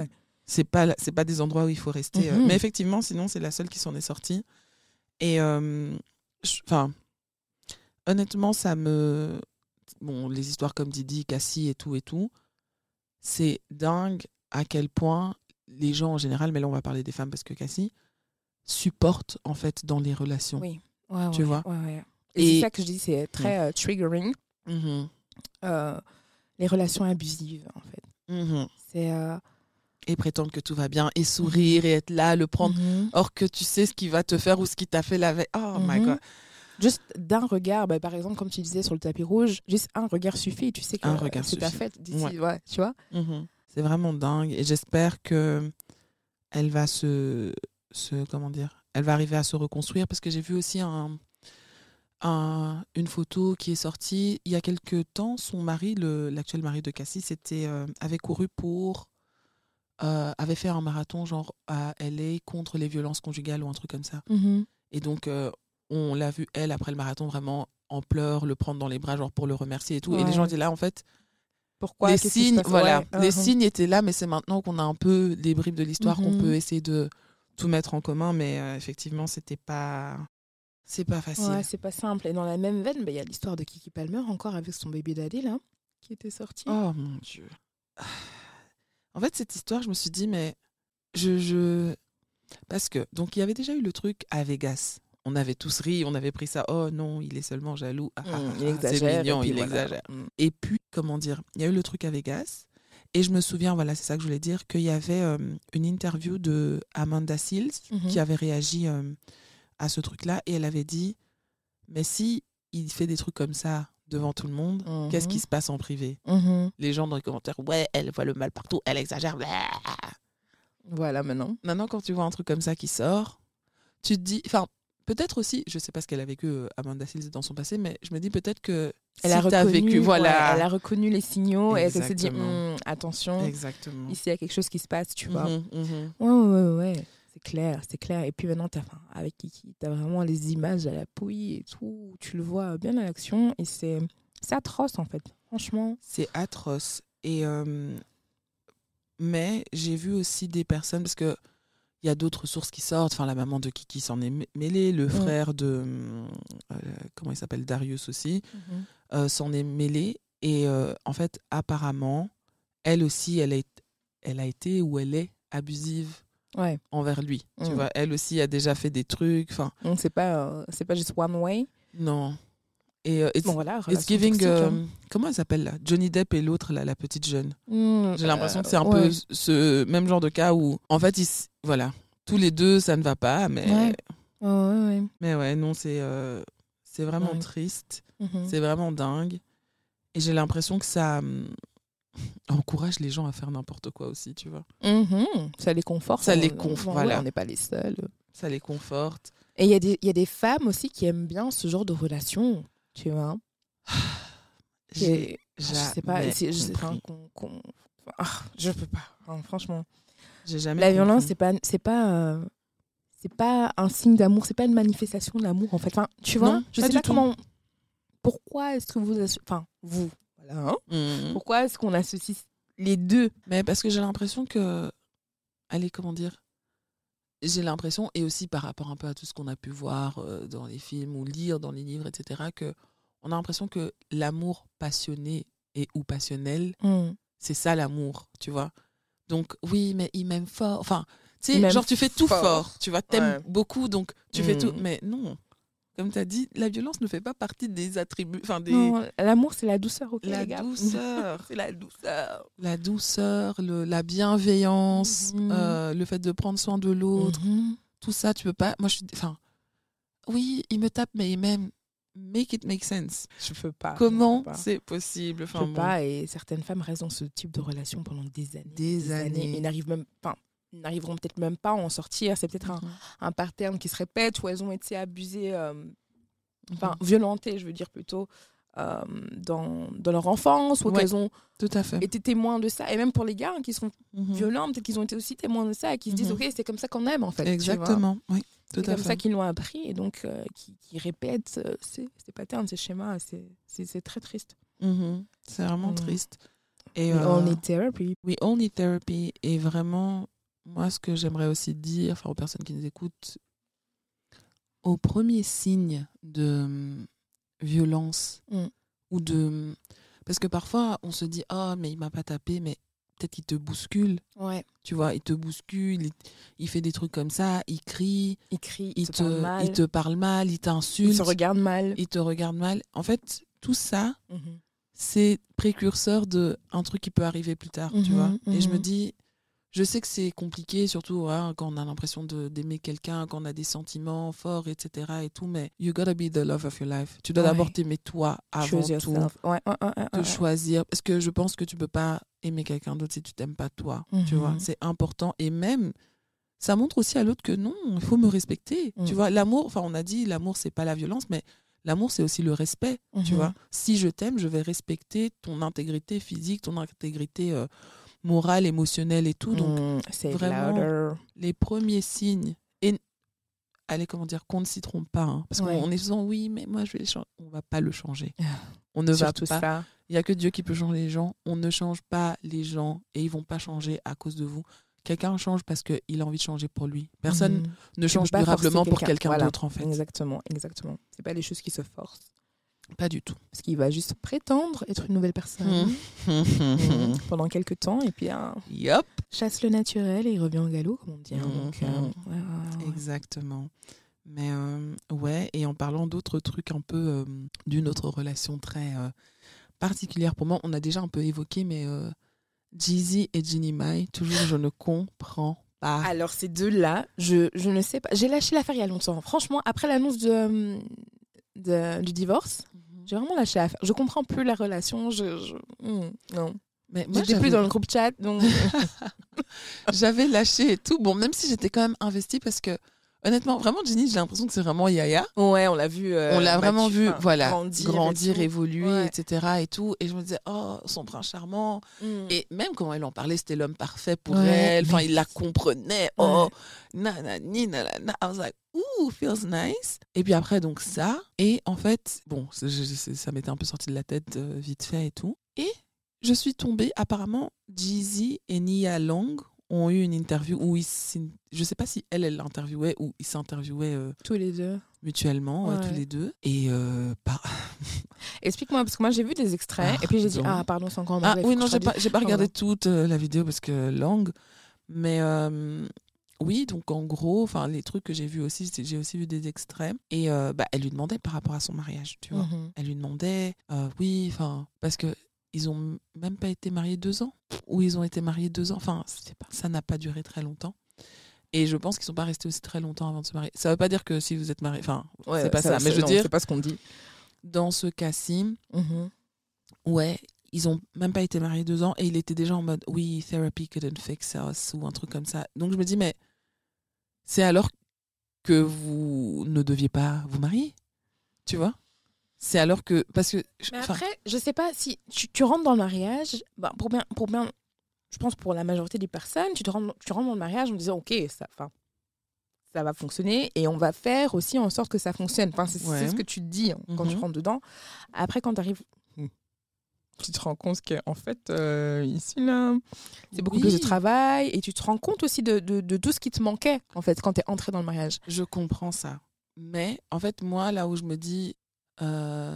c'est pas, c'est pas des endroits où il faut rester. Mm-hmm. Euh, mais effectivement, sinon, c'est la seule qui s'en est sortie. Et, enfin, euh, honnêtement, ça me... Bon, les histoires comme Didi, Cassie et tout et tout, c'est dingue à quel point les gens en général, mais là, on va parler des femmes parce que Cassie, supportent, en fait, dans les relations. Oui. Ouais, tu ouais, vois ouais, ouais. Et, et c'est ça que je dis, c'est très mmh. euh, triggering. Mmh. Euh, les relations abusives, en fait. Mmh. C'est... Euh... Et prétendre que tout va bien, et sourire, mmh. et être là, le prendre, mmh. or que tu sais ce qu'il va te faire ou ce qu'il t'a fait la veille. Oh mmh. my God. Juste d'un regard, bah, par exemple, comme tu disais sur le tapis rouge, juste un regard suffit, tu sais que un regard c'est ta fête d'ici, ouais. Ouais, tu vois. Mmh. C'est vraiment dingue, et j'espère que elle va se, se, comment dire, elle va arriver à se reconstruire, parce que j'ai vu aussi un, un, une photo qui est sortie il y a quelques temps. Son mari, le, l'actuel mari de Cassie, c'était, euh, avait couru pour, euh, avait fait un marathon genre à L A contre les violences conjugales ou un truc comme ça. Mmh. Et donc euh, on l'a vu, elle, après le marathon, vraiment en pleurs, le prendre dans les bras, genre pour le remercier et tout. Ouais. Et les gens étaient là, en fait. Pourquoi les signes, voilà, ouais. les uh-huh. signes étaient là, mais c'est maintenant qu'on a un peu des bribes de l'histoire, mm-hmm. qu'on peut essayer de tout mettre en commun. Mais euh, effectivement, c'était pas, c'est pas facile. Ouais, c'est pas simple. Et dans la même veine, bah, y a l'histoire de Kiki Palmer encore avec son baby daddy là, qui était sorti. Oh mon Dieu. En fait, cette histoire, je me suis dit, mais je, je... parce que donc il y avait déjà eu le truc à Vegas. On avait tous ri, on avait pris ça. Oh non, il est seulement jaloux. Ah, mmh, ah, il exagère. C'est mignon, il voilà. exagère. Mmh. Et puis, comment dire, il y a eu le truc à Vegas. Et je me souviens, voilà, c'est ça que je voulais dire, qu'il y avait euh, une interview de Amanda Seales mmh. qui avait réagi euh, à ce truc-là. Et elle avait dit, mais si il fait des trucs comme ça devant tout le monde, mmh. qu'est-ce qui se passe en privé mmh. Les gens dans les commentaires, ouais, elle voit le mal partout, elle exagère. Voilà, maintenant. Maintenant, quand tu vois un truc comme ça qui sort, tu te dis... Enfin, peut-être aussi, je ne sais pas ce qu'elle a vécu, euh, Amanda Seales, dans son passé, mais je me dis peut-être que elle si a reconnu, vécu, voilà. Ouais, elle a reconnu les signaux. Exactement. Et elle s'est dit, hm, attention, Exactement. ici il y a quelque chose qui se passe, tu vois. Mm-hmm, mm-hmm. Ouais, ouais, ouais, c'est clair, c'est clair. Et puis maintenant, t'as, enfin, avec Kiki, tu as vraiment les images à la pouille et tout, tu le vois bien à l'action, et c'est, c'est atroce en fait, franchement. C'est atroce. Et, euh, mais j'ai vu aussi des personnes, parce que il y a d'autres sources qui sortent. Enfin, la maman de Kiki s'en est mêlée. Le mmh. frère de... Euh, comment il s'appelle Darius aussi. Mmh. Euh, s'en est mêlé. Et euh, en fait, apparemment, elle aussi, elle a, elle a été ou elle est abusive ouais. envers lui. Mmh. Tu vois, elle aussi a déjà fait des trucs. Enfin, mmh, c'est pas, euh, c'est pas juste one way. Non. Et euh, it's, bon, voilà, it's giving... Toxique, euh, hein. Comment elle s'appelle là Johnny Depp et l'autre, là, la petite jeune. Mmh, J'ai l'impression euh, que c'est un ouais. peu ce même genre de cas où, en fait, ils, voilà, tous les deux, ça ne va pas, mais... Ouais. Oh, ouais, ouais. Mais ouais, non, c'est, euh, c'est vraiment ouais. triste. Mm-hmm. C'est vraiment dingue. Et j'ai l'impression que ça euh, encourage les gens à faire n'importe quoi aussi, tu vois. Mm-hmm. Ça les conforte. Ça on, les conforte, voilà. Ouais, on n'est pas les seuls. Ça les conforte. Et il y, y a des femmes aussi qui aiment bien ce genre de relation, tu vois. J'ai, je sais pas, je sais pas qu'on, qu'on... Ah, je peux pas, hein, franchement. J'ai jamais La compris. violence, c'est pas, c'est pas, euh, c'est pas un signe d'amour, c'est pas une manifestation d'amour en fait. Enfin, tu vois, non, je pas sais du pas tout. comment. Pourquoi est-ce que vous, associ... enfin vous, voilà. Hein mmh. Pourquoi est-ce qu'on associe les deux? Mais parce que j'ai l'impression que, allez, comment dire. J'ai l'impression, et aussi par rapport un peu à tout ce qu'on a pu voir euh, dans les films ou lire dans les livres, et cetera, que on a l'impression que l'amour passionné et ou passionnel, mm. c'est ça l'amour, tu vois. Donc oui, mais il m'aime fort. Enfin, tu sais, genre tu fais tout fort, fort tu vois, t'aimes ouais. beaucoup, donc tu mm. fais tout. Mais non, comme tu as dit, la violence ne fait pas partie des attributs. Enfin, des... Non, l'amour, c'est la douceur, ok, la les gars. douceur. C'est la douceur. La douceur, le, la bienveillance, mm. euh, le fait de prendre soin de l'autre. Mm-hmm. Tout ça, tu peux pas... Moi, je suis... Enfin, oui, il me tape, mais il m'aime. Make it make sense. Je peux pas. Comment peux pas. C'est possible? Enfin, je peux bon. pas. Et certaines femmes restent dans ce type de relation pendant des années. Des, des années. années. Et n'arrivent même pas... n'arriveront peut-être même pas à en sortir. C'est peut-être mm-hmm. un, un pattern qui se répète où elles ont été abusées... Euh, enfin, mm-hmm. violentées, je veux dire plutôt... Euh, dans, dans leur enfance, ou ouais, qu'elles ont tout à fait. été témoins de ça. Et même pour les gars hein, qui sont mm-hmm. violents, peut-être qu'ils ont été aussi témoins de ça et qui mm-hmm. se disent, ok, c'est comme ça qu'on aime en fait. Exactement, oui. Tout c'est à comme fait. ça qu'ils l'ont appris et donc euh, qui, qui répètent euh, ces, ces patterns, ces schémas. C'est, c'est, c'est très triste. Mm-hmm. C'est vraiment mm-hmm. triste. Et We euh, all need therapy. We all need therapy. Et vraiment, moi, ce que j'aimerais aussi dire, enfin, aux personnes qui nous écoutent, au premier signe de hum, violence Mm. ou de... Parce que parfois, on se dit « Ah, oh, mais il m'a pas tapé, mais peut-être qu'il te bouscule. » Ouais. Tu vois, il te bouscule, il, il fait des trucs comme ça, il crie, Il crie, il, il, te, te parle mal. il te parle mal, il t'insulte. Il se regarde mal. Il te regarde mal. En fait, tout ça, Mm-hmm. c'est précurseur d'un truc qui peut arriver plus tard, mm-hmm, tu vois. Mm-hmm. Et je me dis, je sais que c'est compliqué, surtout hein, quand on a l'impression de, d'aimer quelqu'un, quand on a des sentiments forts, et cetera. Et tout, mais you gotta be the love of your life. Tu dois ouais. d'abord t'aimer toi avant Choose tout. Ouais, ouais, ouais, ouais, te ouais. choisir. Parce que je pense que tu peux pas aimer quelqu'un d'autre si tu t'aimes pas toi. Mm-hmm. Tu vois, c'est important. Et même, ça montre aussi à l'autre que non, il faut me respecter. Mm. Tu vois, l'amour, enfin, on a dit, l'amour, c'est pas la violence, mais l'amour, c'est aussi le respect. Mm-hmm. Tu vois, si je t'aime, je vais respecter ton intégrité physique, ton intégrité euh, morale, émotionnelle et tout. Donc, mm, c'est vraiment, louder. Les premiers signes. Et allez, comment dire, qu'on ne s'y trompe pas. Hein, parce ouais. qu'on est souvent, oui, mais moi, je vais le changer. On va pas le changer. On ne Surtout va pas. Ça. Il n'y a que Dieu qui peut changer les gens. On ne change pas les gens et ils vont pas changer à cause de vous. Quelqu'un change parce qu'il a envie de changer pour lui. Personne mmh. ne tu change durablement quelqu'un. pour quelqu'un voilà. d'autre, en fait. Exactement, exactement. C'est pas les choses qui se forcent. Pas du tout. Parce qu'il va juste prétendre être une nouvelle personne mmh. Mmh. pendant quelques temps et puis hein, yep. chasse le naturel et il revient au galop, comme on dit. Hein. Mmh. Donc, euh, ouais, ouais, ouais. Exactement. Mais euh, ouais, et en parlant d'autres trucs un peu euh, d'une autre relation très euh, particulière pour moi, on a déjà un peu évoqué, mais euh, Jeezy et Jeannie Mai, toujours je ne comprends pas. Alors ces deux-là, je, je ne sais pas. J'ai lâché l'affaire il y a longtemps. Franchement, après l'annonce de, de, du divorce, mm-hmm. j'ai vraiment lâché l'affaire. Je comprends plus la relation. Je, je... Mm, non. Mais moi, j'étais plus dans le groupe chat, donc j'avais lâché et tout. Bon, même si j'étais quand même investie parce que honnêtement, vraiment, Jeannie, j'ai l'impression que c'est vraiment Yaya. Ouais, on l'a vu. Euh, on l'a vraiment tu, vu, enfin, voilà, grandir, grandir et évoluer, ouais. et cetera. Et tout. Et je me disais, oh, son prince charmant. Mm. Et même quand elle en parlait, c'était l'homme parfait pour ouais, elle. Enfin, mais... il la comprenait. Ouais. Oh, nanani, nanana. I was like, ooh, feels nice. Et puis après, donc ça. Et en fait, bon, je, je, ça m'était un peu sorti de la tête euh, vite fait et tout. Et je suis tombée, apparemment, Jeezy et Nia Long ont eu une interview où ils, je sais pas si elle, elle l'interviewait ou ils s'interviewaient euh, tous les deux mutuellement, ouais. Ouais, tous les deux. Et euh, par... explique-moi parce que moi j'ai vu des extraits ah, et puis j'ai dit ah pardon c'est encore en anglais. Ah oui non j'ai pas j'ai pas regardé oh, toute euh, la vidéo parce que langue, mais euh, oui donc en gros enfin les trucs que j'ai vus aussi j'ai aussi vu des extraits et euh, bah elle lui demandait par rapport à son mariage tu vois mm-hmm. Elle lui demandait euh, oui enfin parce que ils ont même pas été mariés deux ans ou ils ont été mariés deux ans. Enfin, c'est pas, ça n'a pas duré très longtemps. Et je pense qu'ils sont pas restés aussi très longtemps avant de se marier. Ça veut pas dire que si vous êtes mariés, enfin, ouais, c'est pas ça. ça. Mais je veux non, dire, c'est pas ce qu'on dit. Dans ce cas-ci, mm-hmm. ouais, ils ont même pas été mariés deux ans et il était déjà en mode oui, therapy couldn't fix us ou un truc comme ça. Donc je me dis mais c'est alors que vous ne deviez pas vous marier, tu vois? C'est alors que parce que mais après je sais pas si tu, tu rentres dans le mariage bah pour bien pour bien je pense pour la majorité des personnes tu te rentres tu rentres dans le mariage en disant ok ça enfin ça va fonctionner et on va faire aussi en sorte que ça fonctionne enfin c'est, ouais. c'est ce que tu te dis hein, quand mm-hmm. tu rentres dedans après quand tu arrives tu te rends compte qu'en fait euh, ici là c'est beaucoup oui. plus de travail et tu te rends compte aussi de, de, de tout ce qui te manquait en fait quand tu es entré dans le mariage. Je comprends ça mais en fait moi là où je me dis Euh...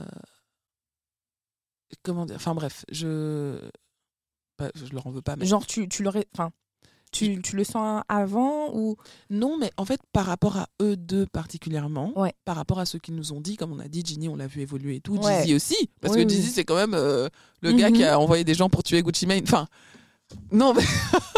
comment dire enfin bref je bah, je leur en veux pas mais... genre tu tu l'aurais enfin tu, tu le sens avant ou non mais en fait par rapport à eux deux particulièrement ouais. Par rapport à ce qu'ils nous ont dit comme on a dit Jeannie on l'a vu évoluer et tout ouais. Jeezy aussi parce oui, que oui. Jeezy c'est quand même euh, le mm-hmm. gars qui a envoyé des gens pour tuer Gucci Mane enfin non mais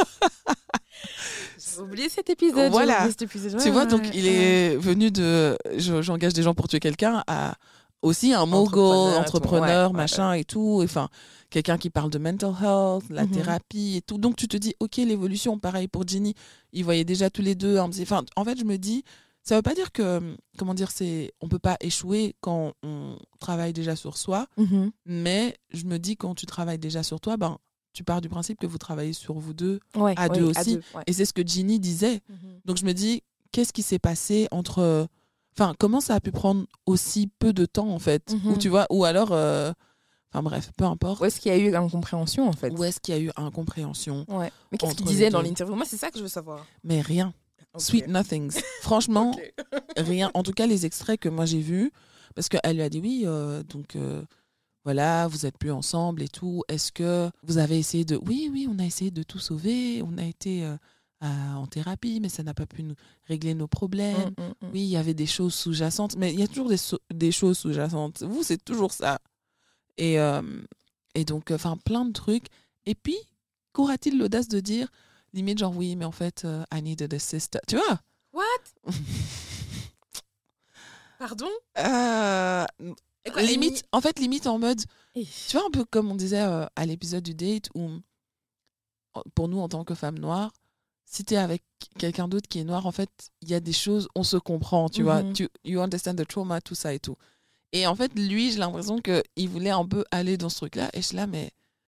j'ai oublié cet épisode voilà oublié cet épisode. Ouais, tu vois ouais, donc ouais. il est venu de j'engage des gens pour tuer quelqu'un à aussi un mogul, entrepreneur, entrepreneur ouais, machin ouais. Et tout, enfin quelqu'un qui parle de mental health, la mm-hmm. thérapie et tout. Donc tu te dis ok l'évolution, pareil pour Jeannie, ils voyaient déjà tous les deux. Enfin en fait je me dis ça veut pas dire que comment dire c'est on peut pas échouer quand on travaille déjà sur soi, mm-hmm. mais je me dis quand tu travailles déjà sur toi ben tu pars du principe que vous travaillez sur vous deux ouais, à ouais, deux aussi à deux, ouais. Et c'est ce que Jeannie disait. Mm-hmm. Donc je me dis qu'est-ce qui s'est passé entre enfin comment ça a pu prendre aussi peu de temps en fait mm-hmm. ou tu vois ou alors euh... Enfin bref, peu importe. Où est-ce qu'il y a eu incompréhension, en fait? Où est-ce qu'il y a eu incompréhension? Ouais. Mais qu'est-ce qu'il entre disait les dans deux. l'interview? Moi, c'est ça que je veux savoir. Mais rien. Ok. Sweet nothings. Franchement, Ok. rien. En tout cas, les extraits que moi j'ai vus, parce qu'elle lui a dit oui, euh, donc euh, voilà, vous êtes plus ensemble et tout. Est-ce que vous avez essayé de... Oui, oui, on a essayé de tout sauver. On a été euh, à- en thérapie, mais ça n'a pas pu nous régler nos problèmes. Mm, mm, mm. Oui, il y avait des choses sous-jacentes, mais il y a toujours des, so- des choses sous-jacentes. Vous, c'est toujours ça. Et, euh, et donc, enfin, plein de trucs. Et puis, qu'aura-t-il l'audace de dire, limite, genre, oui, mais en fait, euh, I needed a sister. Tu vois? What? Pardon? Euh, Et quoi, limite, Amy- en fait, limite en mode, Eh. tu vois, un peu comme on disait euh, à l'épisode du date, où pour nous, en tant que femmes noires, si t'es avec quelqu'un d'autre qui est noir, en fait, il y a des choses, on se comprend, tu vois. Mhm. Tu, you understand the trauma, tout ça et tout. Et en fait, lui, j'ai l'impression qu'il voulait un peu aller dans ce truc-là. Et je suis là, mais...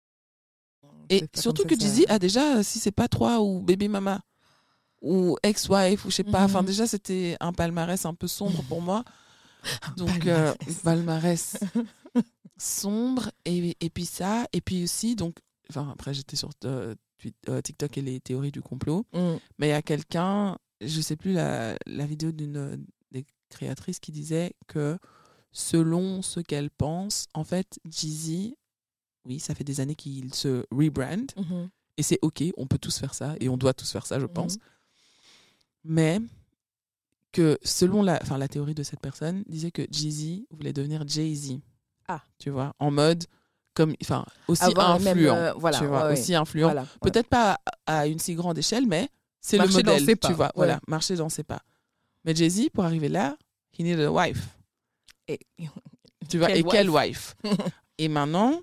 Et C'est pas surtout comme que ça, ça- Jeezy a déjà, si c'est pas toi ou baby mama ou ex-wife ou je sais pas, enfin Mhm. déjà c'était un palmarès un peu sombre pour moi. Donc palmarès. euh, palmarès sombre et, et puis ça et puis aussi donc enfin après j'étais sur euh, tweet- euh, TikTok et les théories du complot, Mm. mais il y a quelqu'un, je sais plus la, la vidéo d'une euh, des créatrices qui disait que selon ce qu'elle pense, en fait Jeezy, oui, ça fait des années qu'il se rebrand. Mhm. Et c'est OK, on peut tous faire ça, et on doit tous faire ça, je pense. Mhm. Mais que selon la, enfin, la théorie de cette personne, disait que Jeezy voulait devenir Jay-Z. Ah. Tu vois, en mode, comme, enfin, aussi Avoir le même, influent. euh, voilà, tu vois, ouais, ouais. aussi influent. Voilà, ouais. Peut-être pas à, à une si grande échelle, mais c'est le Marcher dans modèle. ses pas, Tu vois, ouais. voilà, marcher dans ses pas. Mais Jay-Z, pour arriver là, he needed a wife. Et- Tu vois, Quelle et quelle wife? Et maintenant,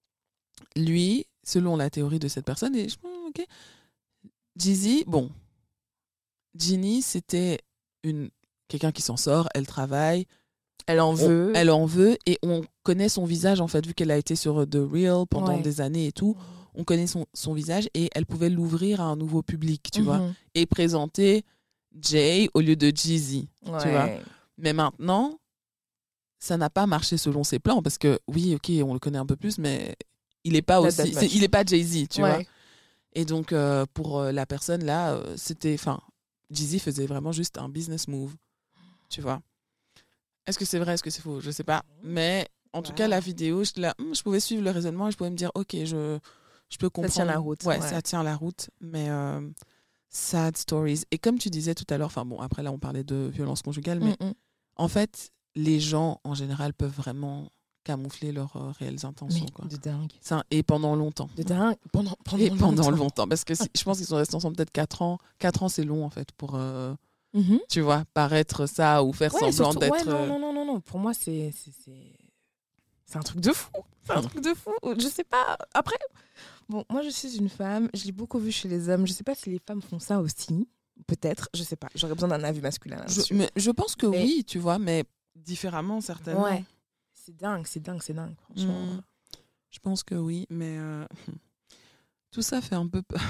lui, selon la théorie de cette personne, et je ok. Jeezy, bon, Ginny, c'était une quelqu'un qui s'en sort, elle travaille, Elle en on- veut. elle en veut, et on connaît son visage en fait, vu qu'elle a été sur The Real pendant Ouais. des années et tout, on connaît son, son visage et elle pouvait l'ouvrir à un nouveau public, tu vois, Mhm. et présenter Jay au lieu de Jeezy, tu Ouais. vois. Mais maintenant, ça n'a pas marché selon ses plans parce que oui, ok, on le connaît un peu plus, mais il est pas Not aussi, that c'est- much. il est pas Jay-Z, tu Ouais. vois. Et donc euh, pour euh, la personne là, euh, c'était, enfin, Jeezy faisait vraiment juste un business move, tu vois. Est-ce que c'est vrai, est-ce que c'est faux, je sais pas. Mais en tout Wow. cas, la vidéo, je, là, hum, je pouvais suivre le raisonnement et je pouvais me dire, ok, je, je peux comprendre. tient la route, Ouais, ouais. ça tient la route, mais euh, sad stories. Et comme tu disais tout à l'heure, enfin bon, après là on parlait de violence conjugale, mais Mm, mm. en fait, les gens en général peuvent vraiment camoufler leurs euh, réelles intentions, Mais quoi. de dingue. Ça, et pendant longtemps. De dingue. Pendant, pendant Et pendant longtemps. longtemps. Parce que si- je pense qu'ils sont restés ensemble peut-être quatre ans. quatre ans, c'est long, en fait, pour, euh, Mhm. tu vois, paraître ça ou faire Ouais, semblant surtout- d'être... ouais, non, euh, non, non, non, non. Pour moi, c'est, c'est, c'est, c'est un truc de fou. C'est un Hmm. truc de fou. Je sais pas. Après, bon, moi, je suis une femme. Je l'ai beaucoup vu chez les hommes. Je sais pas si les femmes font ça aussi. Peut-être. Je sais pas. J'aurais besoin d'un avis masculin là-dessus. Je, mais je pense que Mais- oui, tu vois, mais différemment, certainement. Ouais. C'est dingue, c'est dingue, c'est dingue. Franchement. Mm. Je pense que oui, mais euh, tout ça fait un peu peur.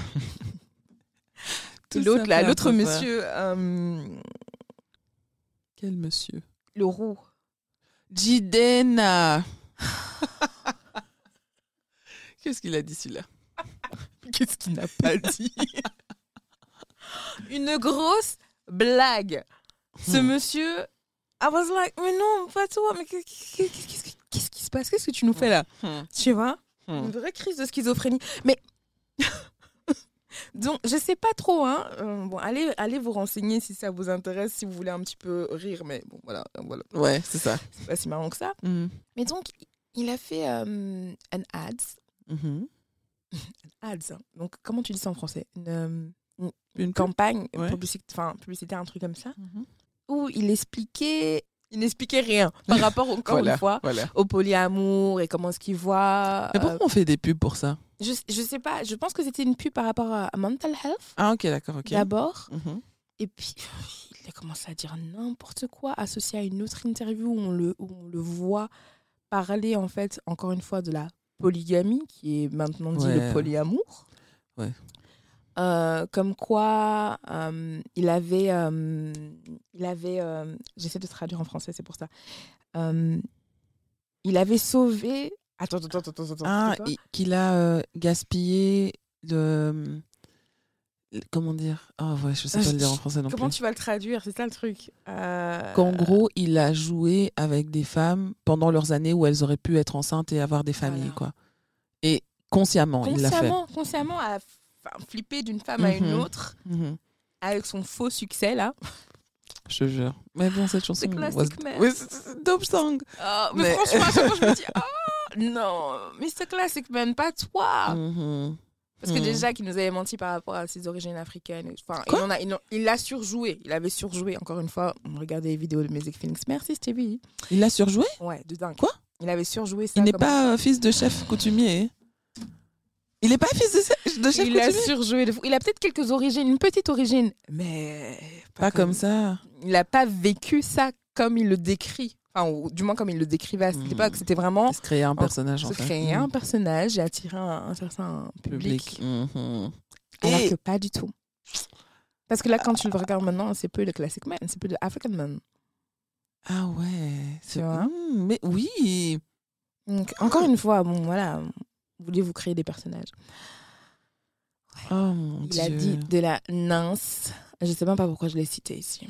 Tout Et l'autre, ça là, fait un l'autre peu peur. monsieur, euh, Quel monsieur? le roux. Jidena. Qu'est-ce qu'il a dit celui-là? Qu'est-ce qu'il n'a pas dit? Une grosse blague. Ce Hmm. monsieur, I was like, mais non, pas toi, mais qu'est- qu'est- qu'est- qu'est-ce qu'est-ce qui se passe? Qu'est-ce que tu nous fais là? Hmm. Tu vois? Hmm. Une vraie crise de schizophrénie. Mais, donc, je sais pas trop, hein. Euh, bon, allez, allez vous renseigner si ça vous intéresse, si vous voulez un petit peu rire, mais bon, voilà, voilà. Ouais, c'est ça. C'est pas si marrant que ça. Mhm. Mais donc, il a fait euh, un ads. Mhm. Ads. Hein. Donc, comment tu dis ça en français? Une, euh, une Une campagne, Ouais. publicité, enfin, publicité, un truc comme ça, Mhm. où il expliquait, il n'expliquait rien par rapport, encore Voilà, une fois, voilà. au polyamour et comment est-ce qu'il voit. Mais euh, pourquoi on fait des pubs pour ça? je, je sais pas, je pense que c'était une pub par rapport à, à mental health, Ah, ok, d'accord, ok. d'abord. Mhm. Et puis, il a commencé à dire n'importe quoi, associé à une autre interview où on le, où on le voit parler, en fait, encore une fois, de la polygamie, qui est maintenant dit Ouais. le polyamour. Ouais. Euh, comme quoi, euh, il avait... euh, il avait euh, j'essaie de traduire en français, c'est pour ça. Euh, il avait sauvé Attends, attends, attends, attends, attends. Ah, c'est quoi et qu'il a euh, gaspillé le... Comment dire? Oh ouais, je sais Ah, pas je- le dire en français non Comment plus. tu vas le traduire? C'est ça le truc. Euh... Qu'en gros, il a joué avec des femmes pendant leurs années où elles auraient pu être enceintes et avoir des familles, Voilà. quoi. Et consciemment, il l'a fait. Consciemment, consciemment à f- flipper d'une femme à une Mhm. autre Mhm. avec son faux succès là. Je te jure. Mais bon, cette chanson... C'est classic, was- man. Ouais, c'est- c'est une dope song. Oh, mais, Mais- franchement, à chaque fois, je me dis, oh non, mister Classic Man, pas toi. Mhm. Parce que Mhm. déjà, qu'il nous avait menti par rapport à ses origines africaines. Enfin, il Quoi en a, il, en- il l'a surjoué. Il avait surjoué, encore une fois. On regardait les vidéos de Music Phoenix. Merci, Stevie. Il l'a surjoué? Ouais, de dingue. Quoi? Il avait surjoué ça. Il n'est comme- pas euh, fils de chef coutumier. Il n'est pas fils de, se- de chef Il a coutumier? surjoué de fou. Il a peut-être quelques origines, une petite origine. Mais. Pas comme ça. Il n'a pas vécu ça comme il le décrit. Enfin, ou du moins comme il le décrivait à cette Mhm. époque. C'était vraiment Il se créait un personnage, en se fait. créer Mhm. un personnage et attirer un, un certain public. Public. Mhm. Alors Et- que pas du tout. Parce que là, quand tu le regardes maintenant, c'est plus le classic man, c'est plus le African man. Ah ouais. Tu c'est- vois? Mhm, mais oui. Donc, encore une fois, bon, voilà, voulez-vous créer des personnages? Oh mon Il Dieu. a dit de la Nance. Je sais même pas pourquoi je l'ai cité ici.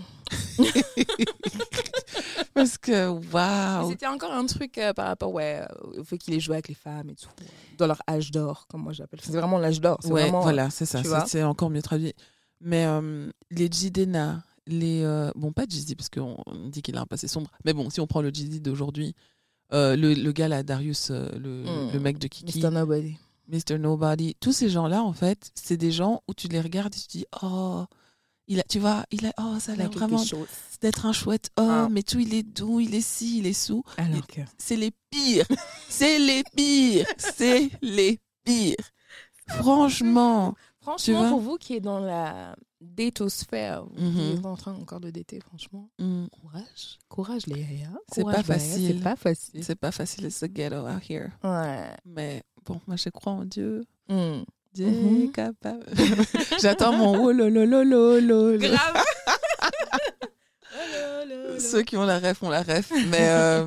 Parce que, Mais waouh. C'était encore un truc euh, par rapport ouais, euh, au fait qu'il ait joué avec les femmes et tout, euh, dans leur âge d'or, comme moi j'appelle. C'est vraiment l'âge d'or. C'est Ouais, vraiment, voilà, c'est ça. tu c'est- vois. C'est encore mieux traduit. Mais euh, les Jidena, les. euh, bon, pas Jizzy, parce qu'on on dit qu'il a un passé sombre. Mais bon, si on prend le Jizzy d'aujourd'hui, euh, le, le gars là, Darius, euh, le, Mm. le mec de Kiki, mister Nobody. mister Nobody, tous ces gens-là, en fait, c'est des gens où tu les regardes et tu te dis, oh, il a, tu vois, il a, oh, ça a Il a l'air quelque vraiment chose. d'être un chouette homme, Ah. mais tout, il est doux, il est ci, il est sous. Alors que... C'est les pires. C'est les pires. C'est les pires. Franchement. Tu Franchement, vois? pour vous qui êtes dans la datosphère, vous Mhm. qui êtes en train encore de dater, franchement, mm, courage. Courage, les gars. C'est Courage, pas les gars, facile. C'est pas facile. C'est pas facile, it's the ghetto out here. Ouais. Mais bon, moi je crois en Dieu. Mm. Dieu Mhm. est capable. J'attends mon oh lo lo lo lo lo. Grave. Ceux qui ont la ref ont la ref. Mais euh,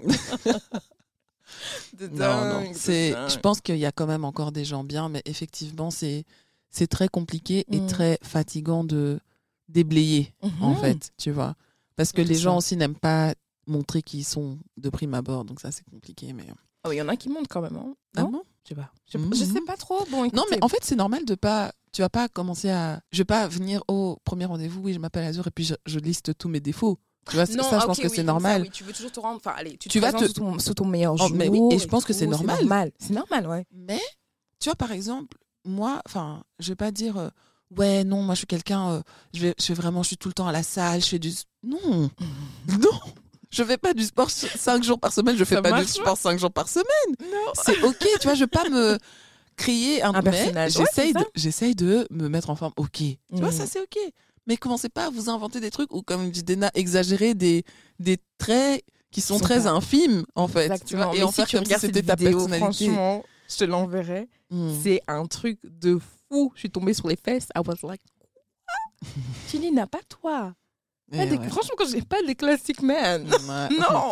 De non, dingue, non. de C'est, dingue. je pense qu'il y a quand même encore des gens bien, mais effectivement, c'est, c'est très compliqué et Mm. très fatigant de déblayer, en Mhm. fait, tu vois. Parce que C'est les ça. gens aussi n'aiment pas montrer qu'ils sont de prime abord, donc ça, c'est compliqué. Mais... Ah oui, il y en a qui montent quand même. Hein. Ah Non bon? Je sais pas. Je, Mhm. je sais pas trop. Bon, Non, mais écoutez. en fait, c'est normal de pas. Tu vas pas commencer à. Je vais pas venir au premier rendez-vous, oui, je m'appelle Azur, et puis je, je liste tous mes défauts. Tu vois, c'est- Non, ça, je ok, pense que oui, c'est comme ça, normal. oui, tu veux toujours te rendre. Enfin, allez, tu, Tu te vas présentes te- sous, ton, sous ton meilleur Oh, jour. mais oui, et je pense que c'est tout, normal. C'est normal. C'est normal, ouais. Mais, tu vois, par exemple, moi, enfin, je vais pas dire, euh, ouais, non, moi, je suis quelqu'un, euh, je, vais, je vais vraiment, je suis tout le temps à la salle, je fais du. Non, non, je fais pas du sport cinq jours par semaine, je fais Ça pas du marche sport cinq jours par semaine. Non. C'est ok, tu vois, je veux pas me créer un, Un mais personnage. Ouais, J'essaye c'est de, ça. j'essaye de me mettre en forme. Ok, tu vois, Mm. ça c'est ok. Mais commencez pas à vous inventer des trucs ou, comme dit Dena, exagérer des, des traits qui sont Sont très pas- infimes, en fait. Tu Exactement. vois, et Mais en si faire tu comme si regardes c'était cette ta vidéo, personnalité. franchement, je te l'enverrai. Mm. C'est un truc de fou. Je suis tombée sur les fesses. I was like, what? Chili n'a pas toi. Pas Eh des- ouais. Franchement, quand j'ai pas des classic men. Ouais. Non.